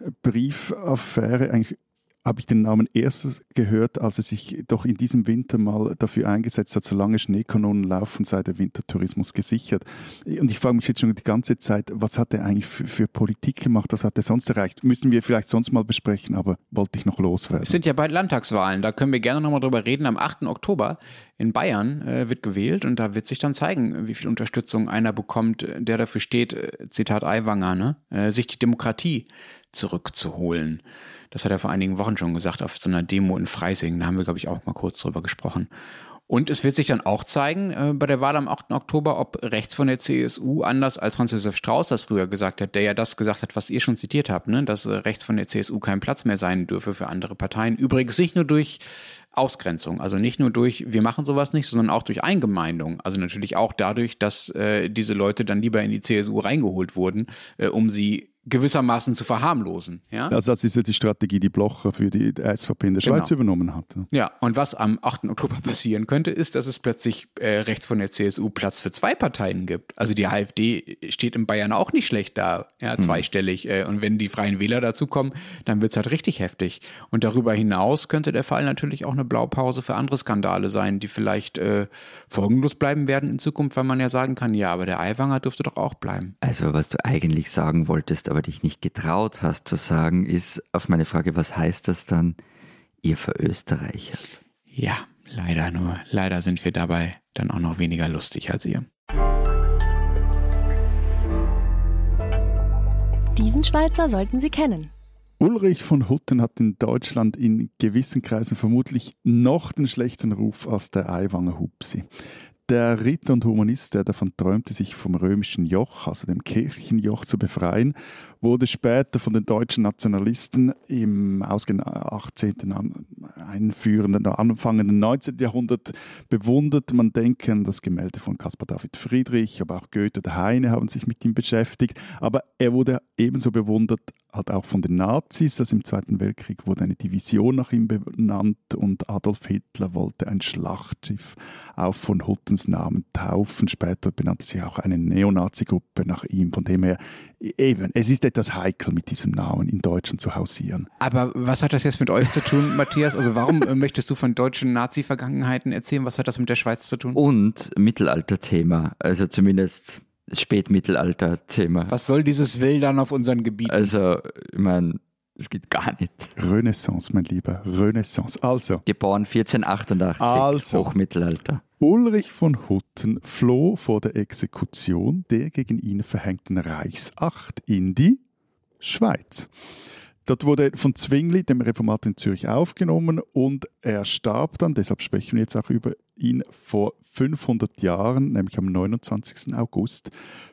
Briefaffäre eigentlich, habe ich den Namen erst gehört, als er sich doch in diesem Winter mal dafür eingesetzt hat, solange Schneekanonen laufen, sei der Wintertourismus gesichert. Und ich frage mich jetzt schon die ganze Zeit, was hat er eigentlich für Politik gemacht, was hat er sonst erreicht? Müssen wir vielleicht sonst mal besprechen, aber wollte ich noch loswerden. Es sind ja bald Landtagswahlen, da können wir gerne nochmal drüber reden. Am 8. Oktober in Bayern wird gewählt und da wird sich dann zeigen, wie viel Unterstützung einer bekommt, der dafür steht, Zitat Aiwanger, ne? Sich die Demokratie zurückzuholen. Das hat er vor einigen Wochen schon gesagt auf so einer Demo in Freising. Da haben wir, glaube ich, auch mal kurz drüber gesprochen. Und es wird sich dann auch zeigen bei der Wahl am 8. Oktober, ob rechts von der CSU, anders als Franz Josef Strauß das früher gesagt hat, der ja das gesagt hat, was ihr schon zitiert habt, ne? Dass rechts von der CSU kein Platz mehr sein dürfe für andere Parteien. Übrigens nicht nur durch Ausgrenzung, also nicht nur durch, wir machen sowas nicht, sondern auch durch Eingemeindung. Also natürlich auch dadurch, dass diese Leute dann lieber in die CSU reingeholt wurden, um sie gewissermaßen zu verharmlosen. Ja? Also das ist ja die Strategie, die Blocher für die SVP in der Schweiz übernommen hat. Ja, und was am 8. Oktober passieren könnte, ist, dass es plötzlich rechts von der CSU Platz für 2 Parteien gibt. Also die AfD steht in Bayern auch nicht schlecht da, ja, zweistellig. Und wenn die Freien Wähler dazukommen, dann wird es halt richtig heftig. Und darüber hinaus könnte der Fall natürlich auch eine Blaupause für andere Skandale sein, die vielleicht folgenlos bleiben werden in Zukunft, weil man ja sagen kann, ja, aber der Aiwanger dürfte doch auch bleiben. Also was du eigentlich sagen wolltest, aber dich nicht getraut hast zu sagen, ist auf meine Frage, was heißt das dann, ihr verösterreichert? Ja, leider sind wir dabei dann auch noch weniger lustig als ihr. Diesen Schweizer sollten Sie kennen. Ulrich von Hutten hat in Deutschland in gewissen Kreisen vermutlich noch den schlechten Ruf als der Aiwanger Hupsi. Der Ritter und Humanist, der davon träumte, sich vom römischen Joch, also dem Kirchenjoch, zu befreien, wurde später von den deutschen Nationalisten im ausgehenden 18., anfangenden 19. Jahrhundert bewundert. Man denke an das Gemälde von Caspar David Friedrich, aber auch Goethe oder Heine haben sich mit ihm beschäftigt. Aber er wurde ebenso bewundert halt auch von den Nazis. Also im Zweiten Weltkrieg wurde eine Division nach ihm benannt und Adolf Hitler wollte ein Schlachtschiff auf von Huttens Namen taufen. Später benannte sich auch eine Neonazi-Gruppe nach ihm. Von dem her, eben, es ist etwas heikel, mit diesem Namen in Deutschland zu hausieren. Aber was hat das jetzt mit euch zu tun, Matthias? Also warum möchtest du von deutschen Nazi-Vergangenheiten erzählen? Was hat das mit der Schweiz zu tun? Und Mittelalter-Thema, also zumindest Spätmittelalter-Thema. Was soll dieses Wildern auf unseren Gebieten? Also, ich meine, es geht gar nicht. Renaissance, mein Lieber, Renaissance. Also, Geboren 1488, Hochmittelalter. Ulrich von Hutten floh vor der Exekution der gegen ihn verhängten Reichsacht in die Schweiz. Dort wurde er von Zwingli, dem Reformator in Zürich, aufgenommen und er starb dann, deshalb sprechen wir jetzt auch über ihn, vor 500 Jahren, nämlich am 29. August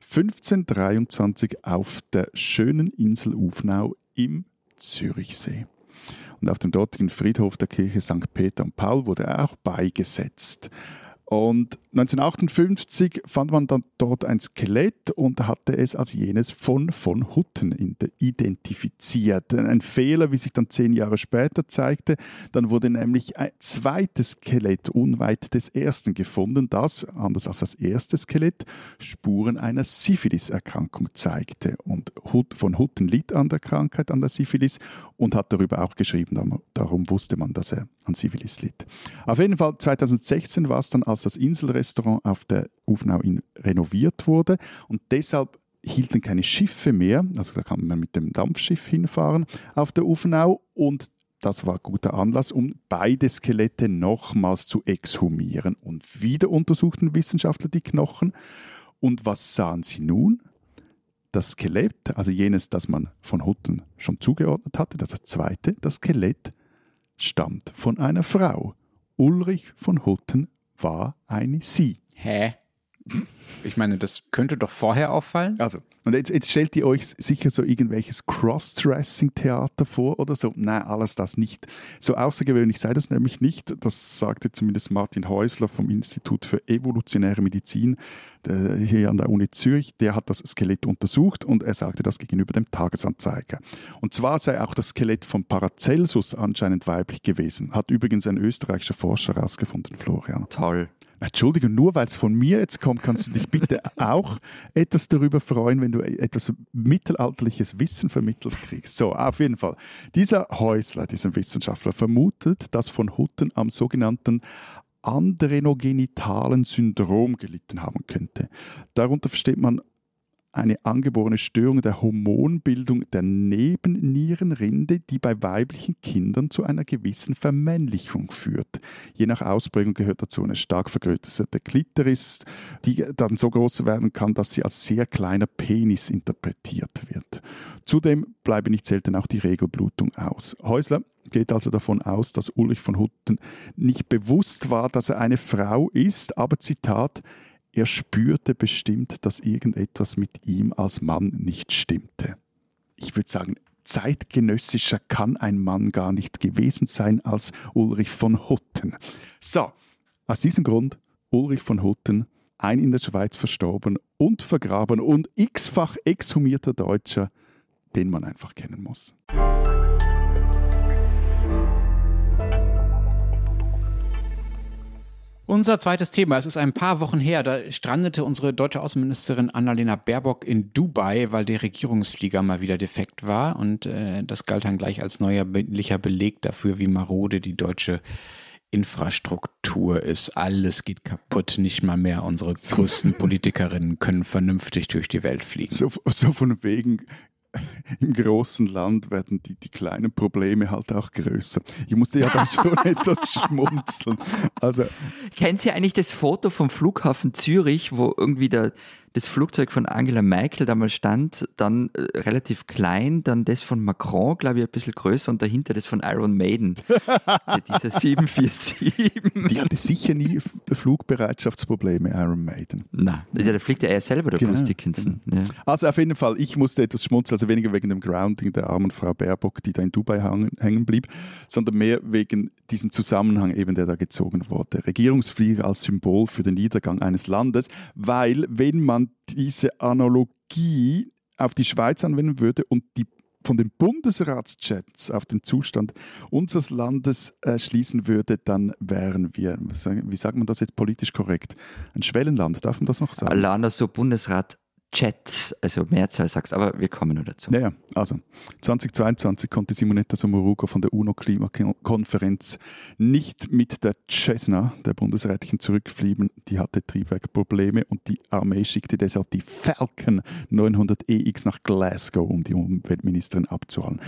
1523 auf der schönen Insel Ufnau im Zürichsee. Und auf dem dortigen Friedhof der Kirche St. Peter und Paul wurde er auch beigesetzt. Und 1958 fand man dann dort ein Skelett und hatte es als jenes von Hutten identifiziert. Ein Fehler, wie sich dann 10 Jahre später zeigte. Dann wurde nämlich ein zweites Skelett unweit des ersten gefunden, das, anders als das erste Skelett, Spuren einer Syphilis-Erkrankung zeigte. Und von Hutten litt an der Krankheit, an der Syphilis, und hat darüber auch geschrieben. Darum wusste man, dass er an Syphilis litt. Auf jeden Fall 2016 war es dann, als das Inselrestaurant auf der Ufnau renoviert wurde, und deshalb hielten keine Schiffe mehr, also da kann man mit dem Dampfschiff hinfahren auf der Ufnau, und das war guter Anlass, um beide Skelette nochmals zu exhumieren. Und wieder untersuchten Wissenschaftler die Knochen, und was sahen sie nun? Das Skelett, also jenes, das man von Hutten schon zugeordnet hatte, das zweite, das Skelett stammt von einer Frau. Ulrich von Hutten war eine Sie. Hä? Ich meine, das könnte doch vorher auffallen. Also, und jetzt stellt ihr euch sicher so irgendwelches Cross-Dressing-Theater vor oder so. Nein, alles das nicht. So außergewöhnlich sei das nämlich nicht. Das sagte zumindest Martin Häusler vom Institut für evolutionäre Medizin hier an der Uni Zürich. Der hat das Skelett untersucht und er sagte das gegenüber dem Tagesanzeiger. Und zwar sei auch das Skelett von Paracelsus anscheinend weiblich gewesen. Hat übrigens ein österreichischer Forscher herausgefunden, Florian. Toll. Entschuldigung, nur weil es von mir jetzt kommt, kannst du dich bitte auch etwas darüber freuen, wenn du etwas mittelalterliches Wissen vermittelt kriegst. So, auf jeden Fall. Dieser Häusler, dieser Wissenschaftler, vermutet, dass von Hutten am sogenannten adrenogenitalen Syndrom gelitten haben könnte. Darunter versteht man eine angeborene Störung der Hormonbildung der Nebennierenrinde, die bei weiblichen Kindern zu einer gewissen Vermännlichung führt. Je nach Ausprägung gehört dazu eine stark vergrößerte Klitoris, die dann so groß werden kann, dass sie als sehr kleiner Penis interpretiert wird. Zudem bleibe nicht selten auch die Regelblutung aus. Häusler geht also davon aus, dass Ulrich von Hutten nicht bewusst war, dass er eine Frau ist, aber Zitat, er spürte bestimmt, dass irgendetwas mit ihm als Mann nicht stimmte. Ich würde sagen, zeitgenössischer kann ein Mann gar nicht gewesen sein als Ulrich von Hutten. So, aus diesem Grund Ulrich von Hutten, ein in der Schweiz verstorben und vergraben und x-fach exhumierter Deutscher, den man einfach kennen muss. Unser zweites Thema, es ist ein paar Wochen her, da strandete unsere deutsche Außenministerin Annalena Baerbock in Dubai, weil der Regierungsflieger mal wieder defekt war, und das galt dann gleich als neuerlicher Beleg dafür, wie marode die deutsche Infrastruktur ist. Alles geht kaputt, nicht mal mehr unsere größten Politikerinnen können vernünftig durch die Welt fliegen. So von wegen, im großen Land werden die kleinen Probleme halt auch größer. Ich musste ja dann schon etwas schmunzeln. Also, Kennen Sie eigentlich das Foto vom Flughafen Zürich, wo irgendwie der das Flugzeug von Angela Merkel damals stand, dann relativ klein, dann das von Macron, glaube ich, ein bisschen größer und dahinter das von Iron Maiden, dieser 747. Die hatte sicher nie Flugbereitschaftsprobleme, Iron Maiden. Nein, da fliegt ja er selber, der Bruce Dickinson. Genau. Ja. Also auf jeden Fall, ich musste etwas schmunzeln, also weniger wegen dem Grounding der armen Frau Baerbock, die da in Dubai hängen blieb, sondern mehr wegen diesem Zusammenhang eben, der da gezogen wurde. Regierungsflieger als Symbol für den Niedergang eines Landes, weil wenn man diese Analogie auf die Schweiz anwenden würde und die von den Bundesratschats auf den Zustand unseres Landes schließen würde, dann wären wir, wie sagt man das jetzt politisch korrekt, ein Schwellenland, darf man das noch sagen? Allein so Bundesrat Chats, also Mehrzahl sagst, aber wir kommen nur dazu. Ja, also 2022 konnte Simonetta Sommaruga von der UNO-Klimakonferenz nicht mit der Cessna, der bundesrätlichen, zurückfliegen. Die hatte Triebwerkprobleme und die Armee schickte deshalb die Falcon 900 EX nach Glasgow, um die Umweltministerin abzuholen.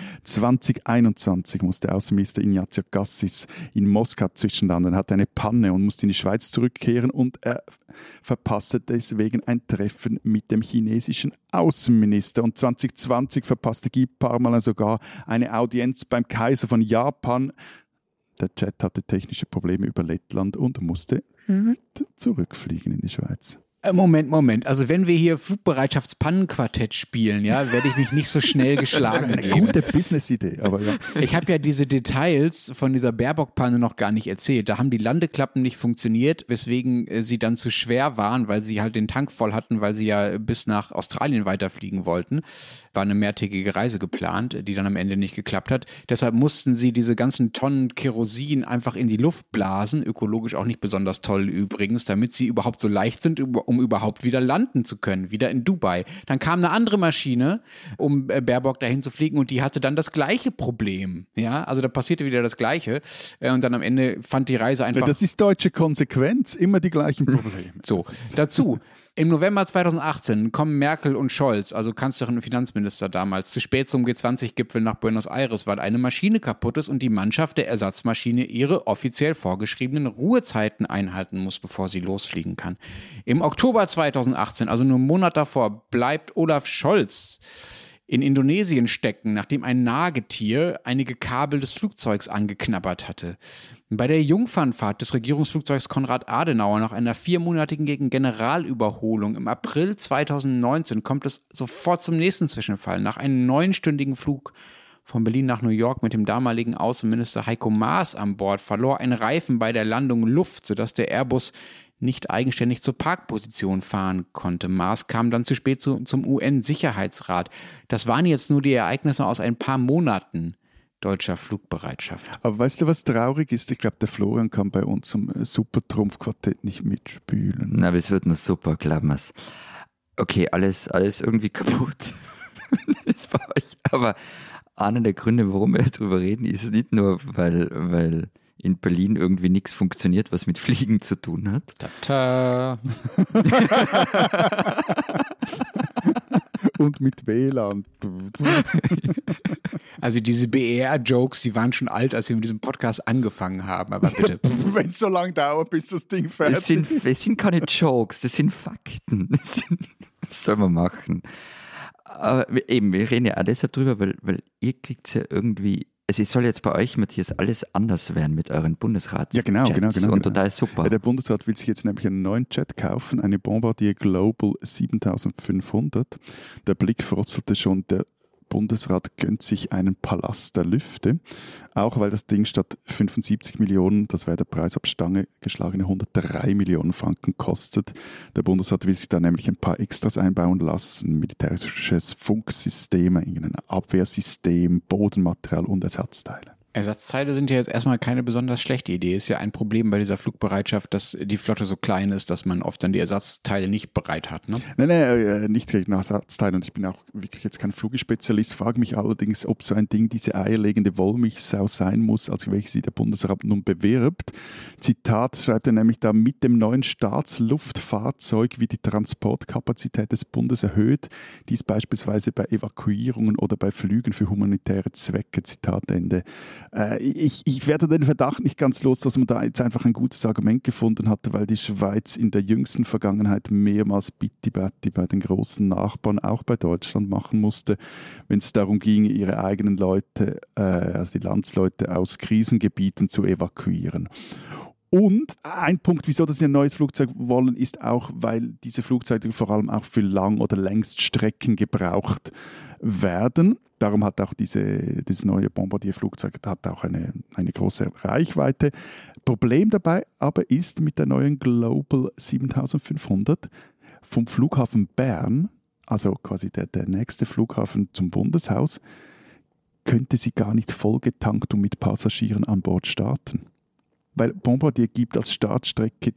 2021 musste Außenminister Ignazio Cassis in Moskau zwischenlanden, hatte eine Panne und musste in die Schweiz zurückkehren und er verpasste deswegen ein Treffen mit dem chinesischen Außenminister. Und 2020 verpasste Guy Parmelin sogar eine Audienz beim Kaiser von Japan. Der Jet hatte technische Probleme über Lettland und musste zurückfliegen in die Schweiz. Moment. Also wenn wir hier Flugbereitschaftspannenquartett spielen, ja, werde ich mich nicht so schnell geschlagen eine geben. Gute Business-Idee, aber ja. Ich habe ja diese Details von dieser Baerbock-Panne noch gar nicht erzählt. Da haben die Landeklappen nicht funktioniert, weswegen sie dann zu schwer waren, weil sie halt den Tank voll hatten, weil sie ja bis nach Australien weiterfliegen wollten. War eine mehrtägige Reise geplant, die dann am Ende nicht geklappt hat. Deshalb mussten sie diese ganzen Tonnen Kerosin einfach in die Luft blasen, ökologisch auch nicht besonders toll übrigens, damit sie überhaupt so leicht sind, um überhaupt wieder landen zu können, wieder in Dubai. Dann kam eine andere Maschine, um Baerbock dahin zu fliegen und die hatte dann das gleiche Problem. Ja, also da passierte wieder das Gleiche und dann am Ende fand die Reise einfach... Das ist deutsche Konsequenz, immer die gleichen Probleme. So, dazu... Im November 2018 kommen Merkel und Scholz, also Kanzlerin und Finanzminister damals, zu spät zum G20-Gipfel nach Buenos Aires, weil eine Maschine kaputt ist und die Mannschaft der Ersatzmaschine ihre offiziell vorgeschriebenen Ruhezeiten einhalten muss, bevor sie losfliegen kann. Im Oktober 2018, also nur einen Monat davor, bleibt Olaf Scholz in Indonesien stecken, nachdem ein Nagetier einige Kabel des Flugzeugs angeknabbert hatte. Bei der Jungfernfahrt des Regierungsflugzeugs Konrad Adenauer nach einer 4-monatigen Generalüberholung im April 2019 kommt es sofort zum nächsten Zwischenfall. Nach einem 9-stündigen Flug von Berlin nach New York mit dem damaligen Außenminister Heiko Maas an Bord verlor ein Reifen bei der Landung Luft, sodass der Airbus nicht eigenständig zur Parkposition fahren konnte. Maas kam dann zu spät zum UN-Sicherheitsrat. Das waren jetzt nur die Ereignisse aus ein paar Monaten deutscher Flugbereitschaft. Aber weißt du, was traurig ist? Ich glaube, der Florian kann bei uns zum Supertrumpf-Quartett nicht mitspielen. Na, aber es wird noch super, glauben wir's. Okay, alles irgendwie kaputt. ist bei euch. Aber einer der Gründe, warum wir darüber reden, ist nicht nur, weil in Berlin irgendwie nichts funktioniert, was mit Fliegen zu tun hat. Tata. Und mit WLAN. Also diese BER-Jokes, die waren schon alt, als wir mit diesem Podcast angefangen haben, aber bitte. Wenn es so lange dauert, bis das Ding fertig ist. Es sind keine Jokes, das sind Fakten. Was soll man machen? Aber eben, wir reden ja auch deshalb drüber, weil ihr kriegt es ja irgendwie. Also es soll jetzt bei euch, Matthias, alles anders werden mit euren Bundesrats. Ja, genau. Und total super. Ja, der Bundesrat will sich jetzt nämlich einen neuen Jet kaufen, eine Bombardier Global 7500. Der Blick frotzelte schon, der Bundesrat gönnt sich einen Palast der Lüfte, auch weil das Ding statt 75 Millionen, das wäre der Preis ab Stange geschlagene 103 Millionen Franken kostet. Der Bundesrat will sich da nämlich ein paar Extras einbauen lassen, militärisches Funksystem, ein Abwehrsystem, Bodenmaterial und Ersatzteile. Ersatzteile sind ja jetzt erstmal keine besonders schlechte Idee. Ist ja ein Problem bei dieser Flugbereitschaft, dass die Flotte so klein ist, dass man oft dann die Ersatzteile nicht bereit hat. Ne? Nein, nicht gegen Ersatzteile. Und ich bin auch wirklich jetzt kein Flugspezialist, frage mich allerdings, ob so ein Ding diese eierlegende Wollmilchsau sein muss, als welche sie der Bundesrat nun bewirbt. Zitat schreibt er nämlich da: Mit dem neuen Staatsluftfahrzeug wird die Transportkapazität des Bundes erhöht. Dies beispielsweise bei Evakuierungen oder bei Flügen für humanitäre Zwecke. Zitat Ende. Ich werde den Verdacht nicht ganz los, dass man da jetzt einfach ein gutes Argument gefunden hatte, weil die Schweiz in der jüngsten Vergangenheit mehrmals Bitti-Batti bei den großen Nachbarn, auch bei Deutschland, machen musste, wenn es darum ging, ihre eigenen Leute, also die Landsleute aus Krisengebieten zu evakuieren. Und ein Punkt, wieso das ein neues Flugzeug wollen, ist auch, weil diese Flugzeuge vor allem auch für Lang- oder Längststrecken gebraucht werden. Darum hat auch dieses neue Bombardier-Flugzeug hat auch eine große Reichweite. Problem dabei aber ist mit der neuen Global 7500 vom Flughafen Bern, also quasi der nächste Flughafen zum Bundeshaus, könnte sie gar nicht vollgetankt und mit Passagieren an Bord starten. Weil Bombardier gibt als Startstrecke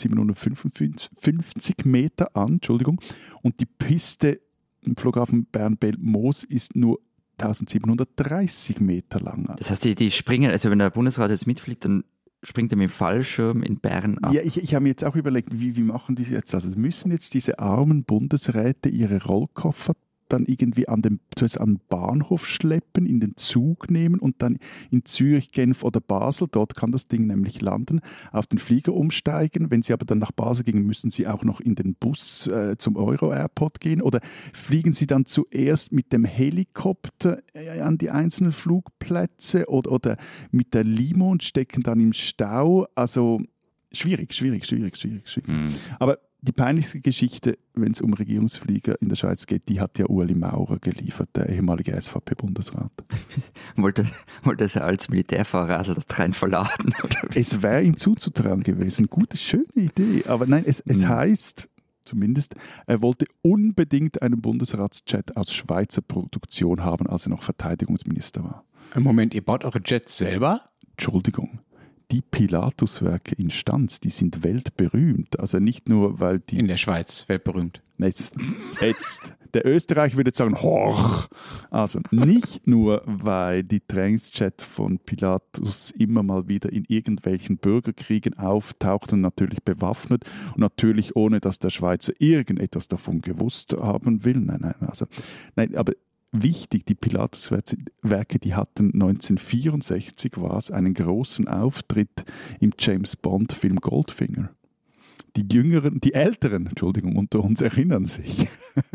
1755 Meter an, und die Piste im Flughafen Bern-Belmoos ist nur 1730 Meter lang. Das heißt, die springen, also wenn der Bundesrat jetzt mitfliegt, dann springt er mit dem Fallschirm in Bern ab. Ja, ich habe mir jetzt auch überlegt, wie machen die jetzt? Also müssen jetzt diese armen Bundesräte ihre Rollkoffer dann irgendwie zuerst an den Bahnhof schleppen, in den Zug nehmen und dann in Zürich, Genf oder Basel, dort kann das Ding nämlich landen, auf den Flieger umsteigen. Wenn sie aber dann nach Basel gehen, müssen sie auch noch in den Bus zum Euro-Airport gehen, oder fliegen sie dann zuerst mit dem Helikopter an die einzelnen Flugplätze oder mit der Limo und stecken dann im Stau. Also schwierig. Aber die peinlichste Geschichte, wenn es um Regierungsflieger in der Schweiz geht, die hat ja Ueli Maurer geliefert, der ehemalige SVP-Bundesrat. Wollte er als Militärfahrradler da rein verladen? Oder? Es wäre ihm zuzutrauen gewesen. Gute, schöne Idee. Aber nein, es heißt zumindest, er wollte unbedingt einen Bundesratsjet aus Schweizer Produktion haben, als er noch Verteidigungsminister war. Moment, ihr baut eure Jets selber? Entschuldigung. Die Pilatuswerke in Stanz, die sind weltberühmt. Also nicht nur, weil die... In der Schweiz, weltberühmt. Jetzt, der Österreicher würde jetzt sagen, hoch. Also nicht nur, weil die Trainingsjets von Pilatus immer mal wieder in irgendwelchen Bürgerkriegen auftauchten, natürlich bewaffnet und natürlich ohne, dass der Schweizer irgendetwas davon gewusst haben will. Nein, aber wichtig, die Pilatuswerke, die hatten 1964 einen großen Auftritt im James-Bond-Film Goldfinger. Die Älteren, unter uns erinnern sich.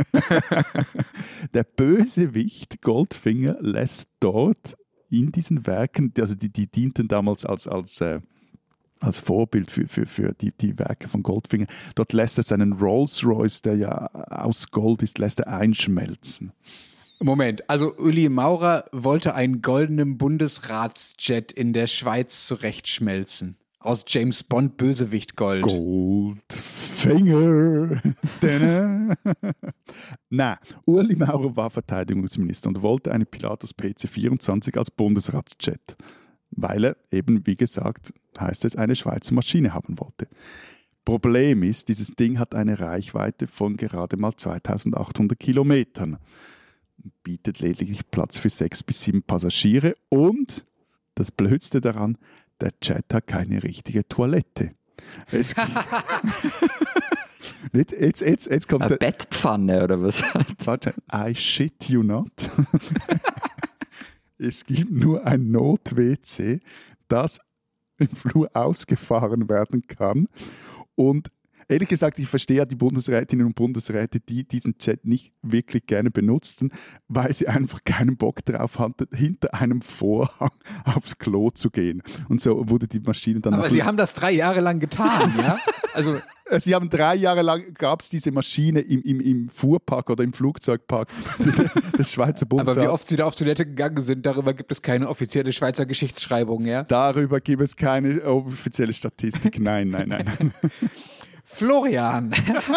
Der Bösewicht Goldfinger lässt dort in diesen Werken, also die dienten damals als Vorbild für die Werke von Goldfinger, dort lässt er seinen Rolls-Royce, der ja aus Gold ist, lässt er einschmelzen. Moment, also Ueli Maurer wollte einen goldenen Bundesratsjet in der Schweiz zurechtschmelzen. Aus James Bond Bösewicht Gold. Goldfinger. Nein, Ueli Maurer war Verteidigungsminister und wollte eine Pilatus PC-24 als Bundesratsjet, weil er eben, wie gesagt, heißt es, eine Schweizer Maschine haben wollte. Problem ist, dieses Ding hat eine Reichweite von gerade mal 2800 Kilometern. Bietet lediglich Platz für 6 bis 7 Passagiere und das Blödste daran, der Jet hat keine richtige Toilette. Jetzt kommt eine Bettpfanne oder was? Warte, I shit you not. Es gibt nur ein Not-WC, das im Flur ausgefahren werden kann. Und ehrlich gesagt, ich verstehe ja die Bundesrätinnen und Bundesräte, die diesen Jet nicht wirklich gerne benutzten, weil sie einfach keinen Bock drauf hatten, hinter einem Vorhang aufs Klo zu gehen. Und so wurde die Maschine dann... Aber Sie haben das 3 Jahre lang getan, ja? Also... Sie haben 3 Jahre lang, gab es diese Maschine im Fuhrpark oder im Flugzeugpark des Schweizer Bundesrats. Aber wie oft Sie da auf Toilette gegangen sind, darüber gibt es keine offizielle Schweizer Geschichtsschreibung, ja? Darüber gibt es keine offizielle Statistik, nein. Florian,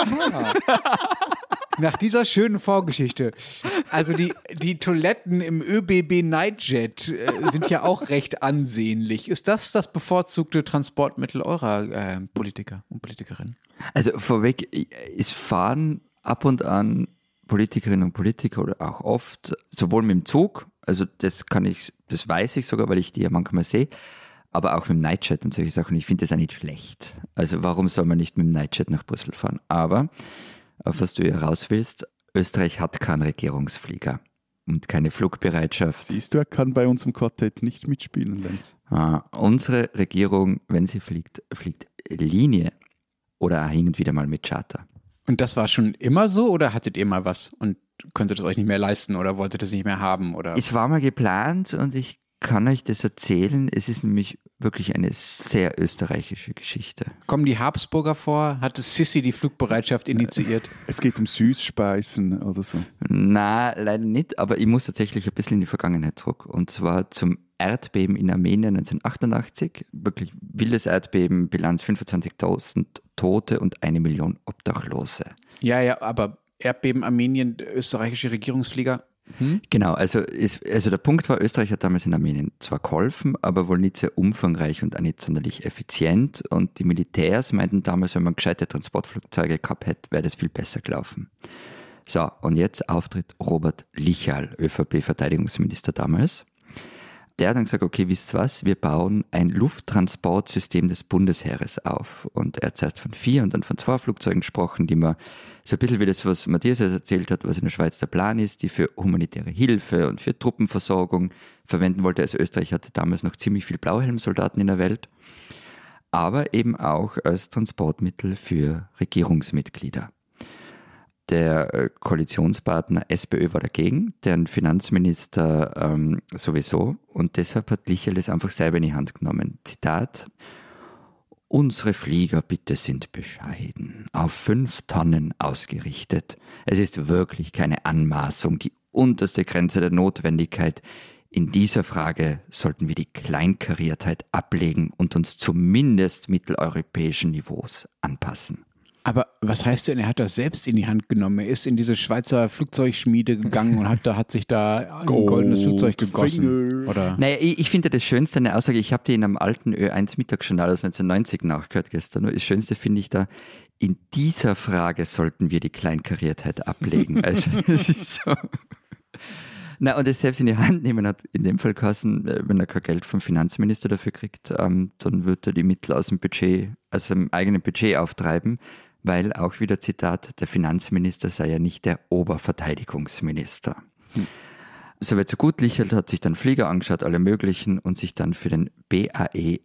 nach dieser schönen Vorgeschichte, also die Toiletten im ÖBB Nightjet sind ja auch recht ansehnlich. Ist das bevorzugte Transportmittel eurer Politiker und Politikerinnen? Also vorweg, es fahren ab und an Politikerinnen und Politiker oder auch oft, sowohl mit dem Zug, also das weiß ich sogar, weil ich die ja manchmal sehe, aber auch mit dem Nightjet und solche Sachen. Ich finde das auch nicht schlecht. Also warum soll man nicht mit dem Nightjet nach Brüssel fahren? Aber, auf was du ja raus willst, Österreich hat keinen Regierungsflieger. und keine Flugbereitschaft. Siehst du, er kann bei uns im Quartett nicht mitspielen, Lenz. Unsere Regierung, wenn sie fliegt, fliegt Linie oder auch hin und wieder mal mit Charter. Und das war schon immer so oder hattet ihr mal was und konntet es euch nicht mehr leisten oder wolltet es nicht mehr haben? Oder? Es war mal geplant und ich kann euch das erzählen. Es ist nämlich wirklich eine sehr österreichische Geschichte. Kommen die Habsburger vor? Hatte Sissi die Flugbereitschaft initiiert? Es geht um Süßspeisen oder so. Na, leider nicht, aber ich muss tatsächlich ein bisschen in die Vergangenheit zurück. Und zwar zum Erdbeben in Armenien 1988. Wirklich wildes Erdbeben, Bilanz 25.000 Tote und 1 Million Obdachlose. Ja, aber Erdbeben Armenien, österreichische Regierungsflieger. Genau, also der Punkt war, Österreich hat damals in Armenien zwar geholfen, aber wohl nicht sehr umfangreich und auch nicht sonderlich effizient. Und die Militärs meinten damals, wenn man gescheite Transportflugzeuge gehabt hätte, wäre das viel besser gelaufen. So, und jetzt Auftritt Robert Lichal, ÖVP-Verteidigungsminister damals. Der hat dann gesagt, okay, wisst ihr was, wir bauen ein Lufttransportsystem des Bundesheeres auf. Und er hat zuerst von 4 und dann von 2 Flugzeugen gesprochen, die man so ein bisschen wie das, was Matthias erzählt hat, was in der Schweiz der Plan ist, die für humanitäre Hilfe und für Truppenversorgung verwenden wollte. Also Österreich hatte damals noch ziemlich viel Blauhelmsoldaten in der Welt, aber eben auch als Transportmittel für Regierungsmitglieder. Der Koalitionspartner SPÖ war dagegen, deren Finanzminister sowieso. Und deshalb hat Lichal es einfach selber in die Hand genommen. Zitat: Unsere Flieger bitte sind bescheiden, auf 5 Tonnen ausgerichtet. Es ist wirklich keine Anmaßung, die unterste Grenze der Notwendigkeit. In dieser Frage sollten wir die Kleinkariertheit ablegen und uns zumindest mitteleuropäischen Niveaus anpassen. Aber was heißt denn, er hat das selbst in die Hand genommen? Er ist in diese Schweizer Flugzeugschmiede gegangen und hat sich da ein goldenes Flugzeug gegossen. Oder? Naja, ich finde das Schönste an der Aussage, ich habe die in einem alten Ö1 Mittagsjournal aus 1990 nachgehört gestern. Nur das Schönste finde ich da, in dieser Frage sollten wir die Kleinkariertheit ablegen. Also das ist so. Na, und es selbst in die Hand nehmen hat in dem Fall geheißen, wenn er kein Geld vom Finanzminister dafür kriegt, dann wird er die Mittel aus dem Budget, also dem eigenen Budget auftreiben, weil auch wieder Zitat, der Finanzminister sei ja nicht der Oberverteidigungsminister. Soweit so gut. Lichal hat sich dann Flieger angeschaut, alle möglichen, und sich dann für den BAE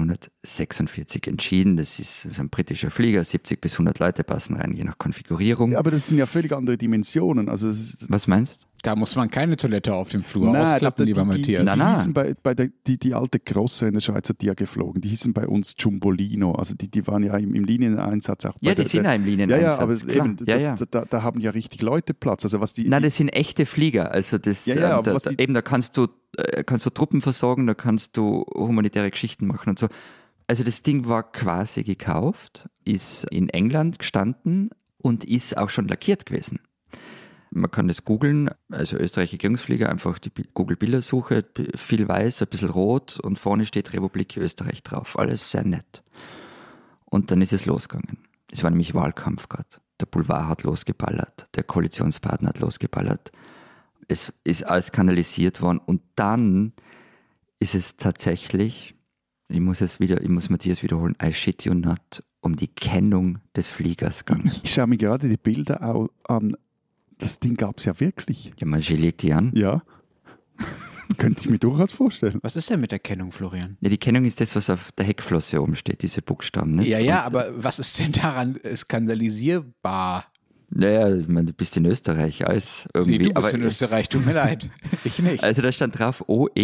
146 entschieden. Das ist ein britischer Flieger, 70 bis 100 Leute passen rein, je nach Konfigurierung. Ja, aber das sind ja völlig andere Dimensionen. Also was meinst du? Da muss man keine Toilette auf dem Flur ausklappen, lieber Matthias. Die alte Grosse in der Schweiz hat die ja geflogen. Die hießen bei uns Jumbolino. Also die waren ja im Liniereinsatz auch. Ja, die sind ja im Linieeinsatz. Ja, aber eben, da haben ja richtig Leute Platz. Also was Nein, das sind echte Flieger. Also da kannst du Truppen versorgen, da kannst du humanitäre Geschichten machen und so. Also das Ding war quasi gekauft, ist in England gestanden und ist auch schon lackiert gewesen. Man kann das googeln, also österreichische Regierungsflieger, einfach die Google-Bildersuche, viel weiß, ein bisschen rot und vorne steht Republik Österreich drauf. Alles sehr nett. Und dann ist es losgegangen. Es war nämlich Wahlkampf gerade. Der Boulevard hat losgeballert, der Koalitionspartner hat losgeballert. Es ist alles kanalisiert worden und dann ist es tatsächlich, ich muss Matthias wiederholen, I shit you not, um die Kennung des Fliegers gegangen. Ich schaue mir gerade die Bilder an. Das Ding gab es ja wirklich. Ja, man legt die an. Ja. Könnte ich mir durchaus vorstellen. Was ist denn mit der Kennung, Florian? Ja, die Kennung ist das, was auf der Heckflosse oben steht, diese Buchstaben. Nicht? Ja, aber was ist denn daran skandalisierbar? Naja, ich meine, du bist in Österreich alles irgendwie. Nee, du bist in Österreich, tut mir leid. Ich nicht. Also da stand drauf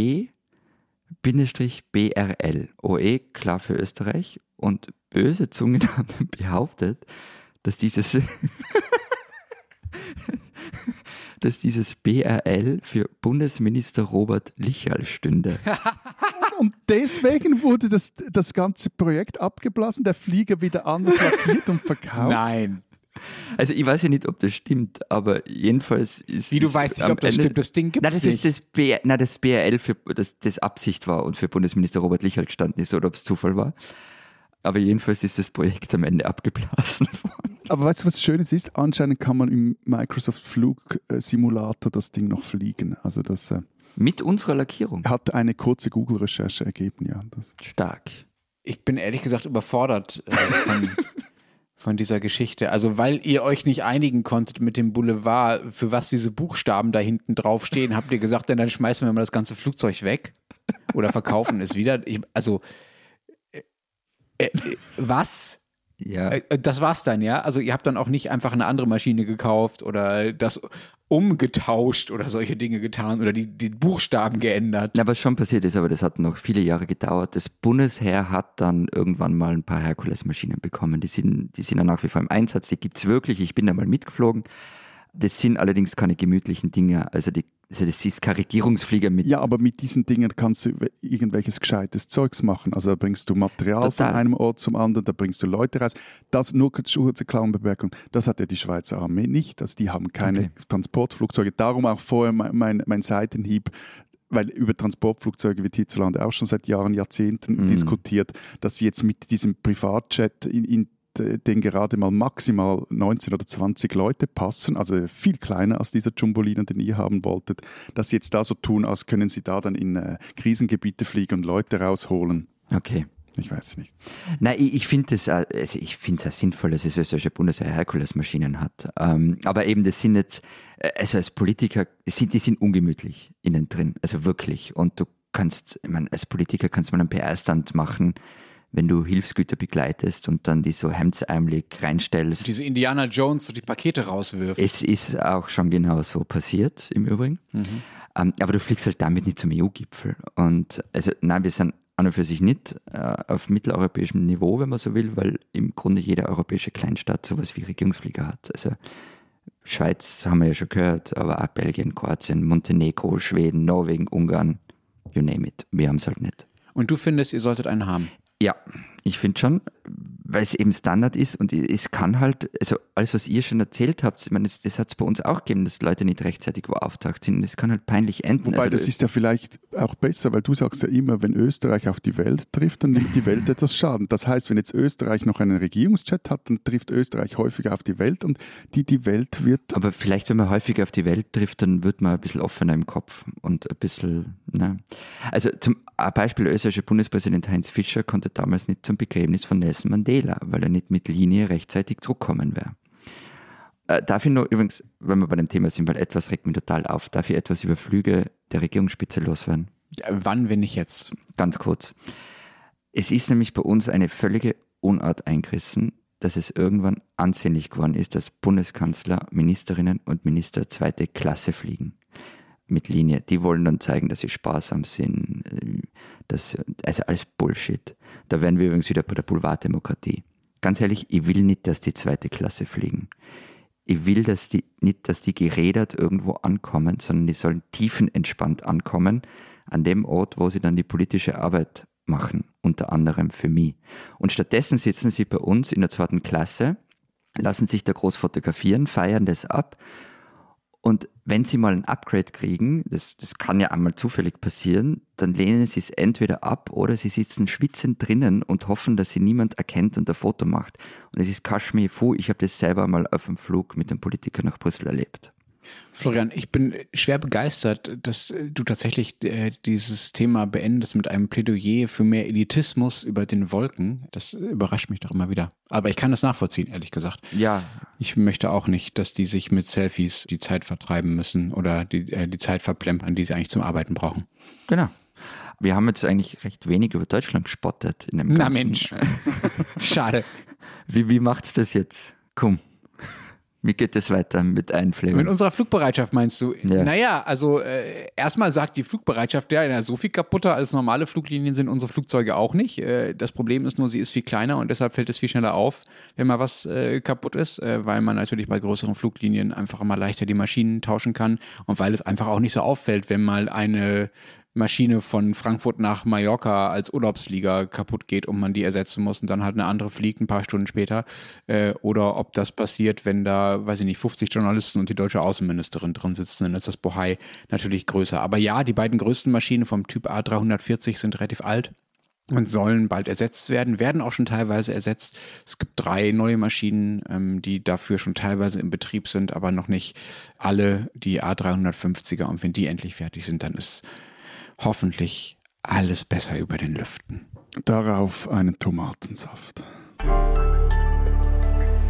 OE-BRL. OE, klar für Österreich. Und böse Zungen haben behauptet, dass dieses BRL für Bundesminister Robert Lichal stünde. Und deswegen wurde das ganze Projekt abgeblasen, der Flieger wieder anders lackiert und verkauft. Nein. Also ich weiß ja nicht, ob das stimmt, aber jedenfalls ist Wie, du weißt nicht, ob das stimmt, das Ding gibt es nicht. Das BRL, das Absicht war und für Bundesminister Robert Lichal gestanden ist, oder ob es Zufall war. Aber jedenfalls ist das Projekt am Ende abgeblasen worden. Aber weißt du, was Schönes ist? Anscheinend kann man im Microsoft Flugsimulator das Ding noch fliegen. Also das mit unserer Lackierung. Hat eine kurze Google-Recherche ergeben, ja. Stark. Ich bin ehrlich gesagt überfordert von dieser Geschichte? Also weil ihr euch nicht einigen konntet mit dem Boulevard, für was diese Buchstaben da hinten drauf stehen, habt ihr gesagt, dann schmeißen wir mal das ganze Flugzeug weg oder verkaufen es wieder. Was? Ja. Das war's dann, ja? Also ihr habt dann auch nicht einfach eine andere Maschine gekauft oder das umgetauscht oder solche Dinge getan oder die Buchstaben geändert. Na, was schon passiert ist, aber das hat noch viele Jahre gedauert. Das Bundesheer hat dann irgendwann mal ein paar Herkules-Maschinen bekommen. Die sind dann nach wie vor im Einsatz. Die gibt es wirklich. Ich bin da mal mitgeflogen. Das sind allerdings keine gemütlichen Dinge. Also das ist kein Regierungsflieger mit. Ja, aber mit diesen Dingen kannst du irgendwelches gescheites Zeugs machen. Also da bringst du Material Total. von einem Ort zum anderen, da bringst du Leute raus. Das, nur kurze Klauenbemerkung, das hat ja die Schweizer Armee nicht. Also die haben keine Transportflugzeuge. Darum auch vorher mein Seitenhieb, weil über Transportflugzeuge wird hierzulande auch schon seit Jahren, Jahrzehnten diskutiert, dass sie jetzt mit diesem Privatjet in den gerade mal maximal 19 oder 20 Leute passen, also viel kleiner als dieser Jumboliner, den ihr haben wolltet, dass sie jetzt da so tun, als können sie da dann in Krisengebiete fliegen und Leute rausholen. Okay. Ich weiß nicht. Nein, ich finde es auch sinnvoll, dass es österreichische Bundesheer Herkules-Maschinen hat. Aber eben, das sind jetzt, also als Politiker, die sind ungemütlich innen drin, also wirklich. Und du kannst, als Politiker kannst du mal einen PR-Stand machen, wenn du Hilfsgüter begleitest und dann die so hemdsärmelig reinstellst. Diese Indiana Jones so die Pakete rauswirft. Es ist auch schon genau so passiert, im Übrigen. Aber du fliegst halt damit nicht zum EU-Gipfel. Und also, nein, wir sind an und für sich nicht auf mitteleuropäischem Niveau, wenn man so will, weil im Grunde jede europäische Kleinstadt sowas wie Regierungsflieger hat. Also Schweiz haben wir ja schon gehört, aber auch Belgien, Kroatien, Montenegro, Schweden, Norwegen, Ungarn, you name it. Wir haben es halt nicht. Und du findest, ihr solltet einen haben? Ja, ich finde schon, weil es eben Standard ist und es kann halt, also alles, was ihr schon erzählt habt, ich meine, das hat es bei uns auch gegeben, dass Leute nicht rechtzeitig wo auftaucht sind und es kann halt peinlich enden. Wobei, das ist ja vielleicht auch besser, weil du sagst ja immer, wenn Österreich auf die Welt trifft, dann nimmt die Welt etwas Schaden. Das heißt, wenn jetzt Österreich noch einen Regierungsjet hat, dann trifft Österreich häufiger auf die Welt und die Welt wird... Aber vielleicht, wenn man häufiger auf die Welt trifft, dann wird man ein bisschen offener im Kopf und ein bisschen, Also zum Beispiel der österreichische Bundespräsident Heinz Fischer konnte damals nicht zum Begräbnis von Nelson Mandela, weil er nicht mit Linie rechtzeitig zurückkommen wäre. Darf ich noch übrigens, wenn wir bei dem Thema sind, weil etwas regt mich total auf, darf ich etwas über Flüge der Regierungsspitze loswerden? Ja, wann, wenn nicht jetzt? Ganz kurz. Es ist nämlich bei uns eine völlige Unart eingerissen, dass es irgendwann ansehnlich geworden ist, dass Bundeskanzler, Ministerinnen und Minister zweite Klasse fliegen. Mit Linie. Die wollen dann zeigen, dass sie sparsam sind. Also alles Bullshit. Da wären wir übrigens wieder bei der Boulevarddemokratie. Ganz ehrlich, ich will nicht, dass die zweite Klasse fliegen. Ich will nicht, dass die gerädert irgendwo ankommen, sondern die sollen tiefenentspannt ankommen, an dem Ort, wo sie dann die politische Arbeit machen, unter anderem für mich. Und stattdessen sitzen sie bei uns in der zweiten Klasse, lassen sich da groß fotografieren, feiern das ab. Und wenn sie mal ein Upgrade kriegen, das kann ja einmal zufällig passieren, dann lehnen sie es entweder ab oder sie sitzen schwitzend drinnen und hoffen, dass sie niemand erkennt und ein Foto macht. Und es ist Kaschmir Fu, ich habe das selber mal auf dem Flug mit dem Politiker nach Brüssel erlebt. Florian, ich bin schwer begeistert, dass du tatsächlich dieses Thema beendest mit einem Plädoyer für mehr Elitismus über den Wolken. Das überrascht mich doch immer wieder. Aber ich kann das nachvollziehen, ehrlich gesagt. Ja. Ich möchte auch nicht, dass die sich mit Selfies die Zeit vertreiben müssen oder die Zeit verplempern, die sie eigentlich zum Arbeiten brauchen. Genau. Wir haben jetzt eigentlich recht wenig über Deutschland gespottet. In dem Ganzen. Na Mensch, schade. Wie macht's das jetzt? Komm. Wie geht es weiter mit Einfliegen? Mit unserer Flugbereitschaft meinst du? Ja. Naja, also erstmal sagt die Flugbereitschaft, ja, so viel kaputter als normale Fluglinien sind unsere Flugzeuge auch nicht. Das Problem ist nur, sie ist viel kleiner und deshalb fällt es viel schneller auf, wenn mal was kaputt ist, weil man natürlich bei größeren Fluglinien einfach immer leichter die Maschinen tauschen kann und weil es einfach auch nicht so auffällt, wenn mal eine Maschine von Frankfurt nach Mallorca als Urlaubsflieger kaputt geht und man die ersetzen muss und dann halt eine andere fliegt ein paar Stunden später. Oder ob das passiert, wenn da, weiß ich nicht, 50 Journalisten und die deutsche Außenministerin drin sitzen, dann ist das Bohai natürlich größer. Aber ja, die beiden größten Maschinen vom Typ A340 sind relativ alt und sollen bald ersetzt werden, werden auch schon teilweise ersetzt. Es gibt 3 neue Maschinen, die dafür schon teilweise in Betrieb sind, aber noch nicht alle die A350er. Und wenn die endlich fertig sind, dann ist hoffentlich alles besser über den Lüften. Darauf einen Tomatensaft.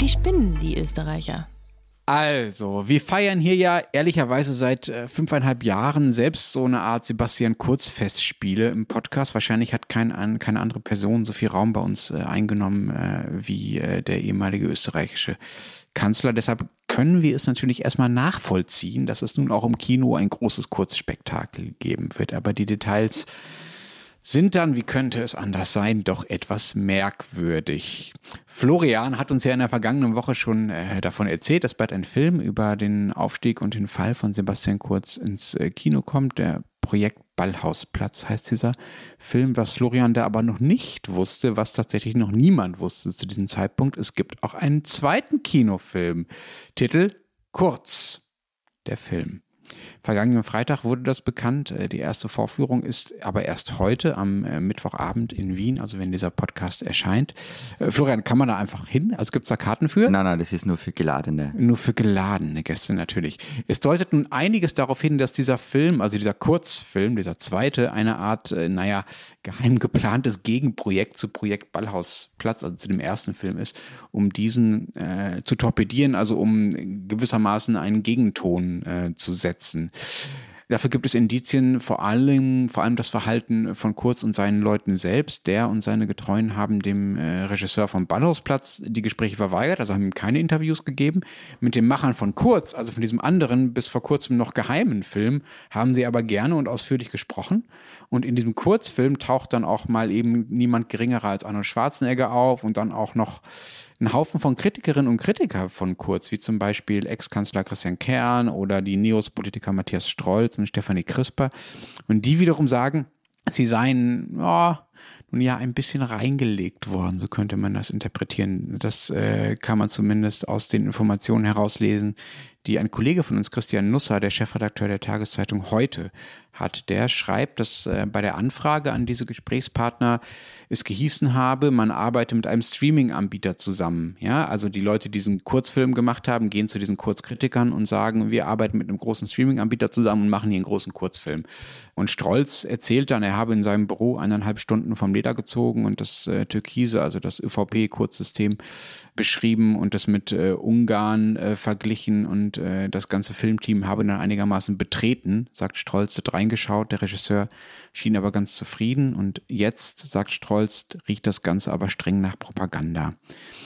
Die spinnen, die Österreicher. Also, wir feiern hier ja ehrlicherweise seit 5,5 Jahren selbst so eine Art Sebastian-Kurz-Festspiele im Podcast. Wahrscheinlich hat keine andere Person so viel Raum bei uns eingenommen wie der ehemalige österreichische Kanzler. Deshalb können wir es natürlich erstmal nachvollziehen, dass es nun auch im Kino ein großes Kurzspektakel geben wird. Aber die Details sind dann, wie könnte es anders sein, doch etwas merkwürdig. Florian hat uns ja in der vergangenen Woche schon davon erzählt, dass bald ein Film über den Aufstieg und den Fall von Sebastian Kurz ins Kino kommt. Der Projekt Ballhausplatz heißt dieser Film, was Florian da aber noch nicht wusste, was tatsächlich noch niemand wusste zu diesem Zeitpunkt. Es gibt auch einen zweiten Kinofilm. Titel Kurz, der Film. Vergangenen Freitag wurde das bekannt. Die erste Vorführung ist aber erst heute am Mittwochabend in Wien, also wenn dieser Podcast erscheint. Florian, kann man da einfach hin? Also gibt es da Karten für? Nein, das ist nur für Geladene. Nur für geladene Gäste natürlich. Es deutet nun einiges darauf hin, dass dieser Film, also dieser Kurzfilm, dieser zweite, eine Art, geheim geplantes Gegenprojekt zu Projekt Ballhausplatz, also zu dem ersten Film ist, um diesen zu torpedieren, also um gewissermaßen einen Gegenton zu setzen. Dafür gibt es Indizien, vor allem das Verhalten von Kurz und seinen Leuten selbst. Der und seine Getreuen haben dem Regisseur vom Ballhausplatz die Gespräche verweigert, also haben ihm keine Interviews gegeben. Mit den Machern von Kurz, also von diesem anderen, bis vor kurzem noch geheimen Film, haben sie aber gerne und ausführlich gesprochen. Und in diesem Kurzfilm taucht dann auch mal eben niemand geringerer als Arnold Schwarzenegger auf und dann auch noch ein Haufen von Kritikerinnen und Kritiker von Kurz, wie zum Beispiel Ex-Kanzler Christian Kern oder die NEOS-Politiker Matthias Strolz und Stefanie Crisper. Und die wiederum sagen, sie seien ein bisschen reingelegt worden, so könnte man das interpretieren. Das kann man zumindest aus den Informationen herauslesen, die ein Kollege von uns, Christian Nusser, der Chefredakteur der Tageszeitung Heute, hat. Der schreibt, dass bei der Anfrage an diese Gesprächspartner es gehießen habe, man arbeite mit einem Streaming-Anbieter zusammen. Ja, also die Leute, die diesen Kurzfilm gemacht haben, gehen zu diesen Kurzkritikern und sagen, wir arbeiten mit einem großen Streaming-Anbieter zusammen und machen hier einen großen Kurzfilm. Und Strolz erzählt dann, er habe in seinem Büro 1,5 Stunden vom Leder gezogen und das Türkise, also das ÖVP-Kurzsystem, beschrieben und das mit Ungarn verglichen und das ganze Filmteam habe dann einigermaßen betreten, sagt Strolz, hat reingeschaut. Der Regisseur schien aber ganz zufrieden und jetzt, sagt Strolz, riecht das Ganze aber streng nach Propaganda.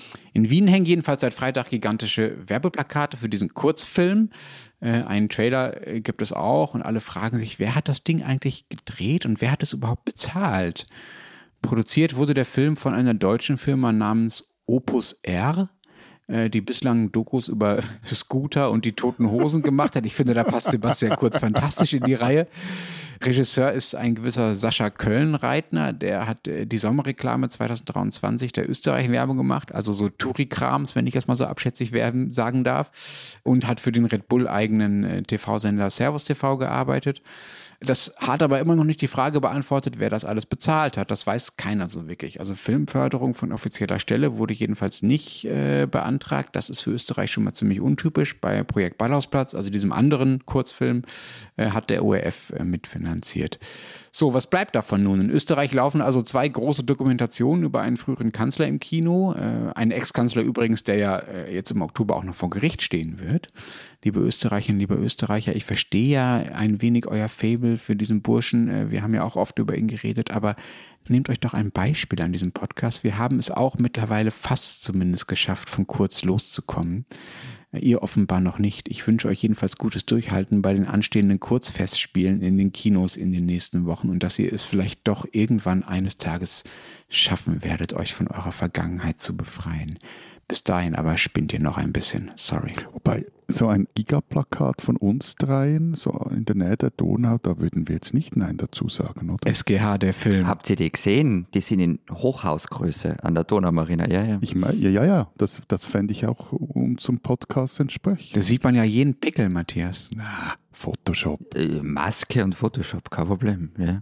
In Wien hängen jedenfalls seit Freitag gigantische Werbeplakate für diesen Kurzfilm. Einen Trailer gibt es auch und alle fragen sich, wer hat das Ding eigentlich gedreht und wer hat es überhaupt bezahlt? Produziert wurde der Film von einer deutschen Firma namens Opus R, die bislang Dokus über Scooter und die Toten Hosen gemacht hat. Ich finde, da passt Sebastian Kurz fantastisch in die Reihe. Regisseur ist ein gewisser Sascha Kölnreitner, der hat die Sommerreklame 2023 der Österreich-Werbung gemacht, also so Touri-Krams, wenn ich das mal so abschätzig sagen darf, und hat für den Red Bull-eigenen TV-Sender Servus TV gearbeitet. Das hat aber immer noch nicht die Frage beantwortet, wer das alles bezahlt hat. Das weiß keiner so wirklich. Also Filmförderung von offizieller Stelle wurde jedenfalls nicht beantragt. Das ist für Österreich schon mal ziemlich untypisch. Bei Projekt Ballhausplatz, also diesem anderen Kurzfilm, hat der ORF mitfinanziert. So, was bleibt davon nun? In Österreich laufen also 2 große Dokumentationen über einen früheren Kanzler im Kino. Ein Ex-Kanzler übrigens, der ja jetzt im Oktober auch noch vor Gericht stehen wird. Liebe Österreicherinnen, liebe Österreicher, ich verstehe ja ein wenig euer Faible für diesen Burschen. Wir haben ja auch oft über ihn geredet, aber nehmt euch doch ein Beispiel an diesem Podcast. Wir haben es auch mittlerweile fast zumindest geschafft, von Kurz loszukommen. Ihr offenbar noch nicht. Ich wünsche euch jedenfalls gutes Durchhalten bei den anstehenden Kurzfestspielen in den Kinos in den nächsten Wochen und dass ihr es vielleicht doch irgendwann eines Tages schaffen werdet, euch von eurer Vergangenheit zu befreien. Bis dahin aber spinnt ihr noch ein bisschen. Sorry. Wobei, so ein Gigaplakat von uns dreien, so in der Nähe der Donau, da würden wir jetzt nicht Nein dazu sagen, oder? SGH, der Film. Habt ihr die gesehen? Die sind in Hochhausgröße an der Donaumarina. Ja. Ich meine, ja. Das fände ich auch zum Podcast entsprechend. Da sieht man ja jeden Pickel, Matthias. Na, Photoshop. Maske und Photoshop, kein Problem. Ja.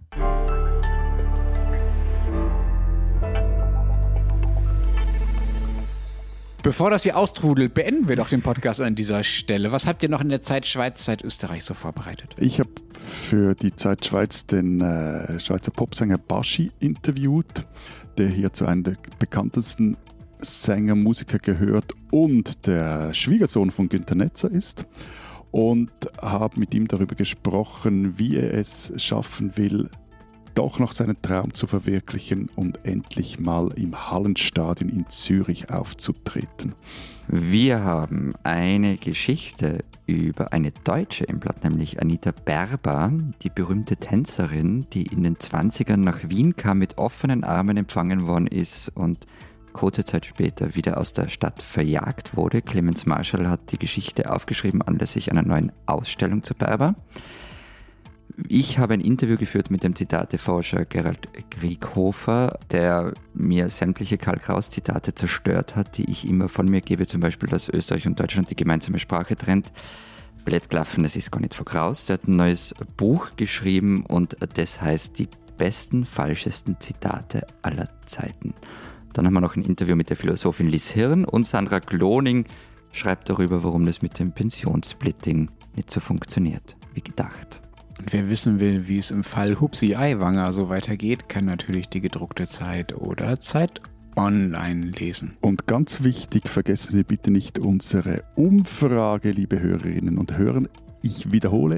Bevor das hier austrudelt, beenden wir doch den Podcast an dieser Stelle. Was habt ihr noch in der Zeit Schweiz, Zeit Österreich so vorbereitet? Ich habe für die Zeit Schweiz den Schweizer Popsänger Baschi interviewt, der hier zu einem der bekanntesten Sänger, Musiker gehört und der Schwiegersohn von Günter Netzer ist. Und habe mit ihm darüber gesprochen, wie er es schaffen will, doch noch seinen Traum zu verwirklichen und endlich mal im Hallenstadion in Zürich aufzutreten. Wir haben eine Geschichte über eine Deutsche im Blatt, nämlich Anita Berber, die berühmte Tänzerin, die in den 20ern nach Wien kam, mit offenen Armen empfangen worden ist und kurze Zeit später wieder aus der Stadt verjagt wurde. Clemens Marschall hat die Geschichte aufgeschrieben anlässlich einer neuen Ausstellung zu Berber. Ich habe ein Interview geführt mit dem Zitateforscher Gerald Krieghofer, der mir sämtliche Karl Kraus-Zitate zerstört hat, die ich immer von mir gebe, zum Beispiel, dass Österreich und Deutschland die gemeinsame Sprache trennt. Blättklaffen, das ist gar nicht von Kraus. Der hat ein neues Buch geschrieben und das heißt die besten, falschesten Zitate aller Zeiten. Dann haben wir noch ein Interview mit der Philosophin Liz Hirn und Sandra Gloning schreibt darüber, warum das mit dem Pensionssplitting nicht so funktioniert wie gedacht. Und wer wissen will, wie es im Fall Hupsi Aiwanger so weitergeht, kann natürlich die gedruckte Zeit oder Zeit online lesen. Und ganz wichtig, vergessen Sie bitte nicht unsere Umfrage, liebe Hörerinnen und Hörer. Ich wiederhole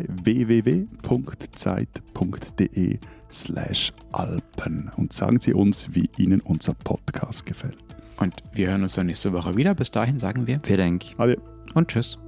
www.zeit.de/Alpen und sagen Sie uns, wie Ihnen unser Podcast gefällt. Und wir hören uns dann nächste Woche wieder. Bis dahin sagen wir Vielen Dank. Ade. Und tschüss.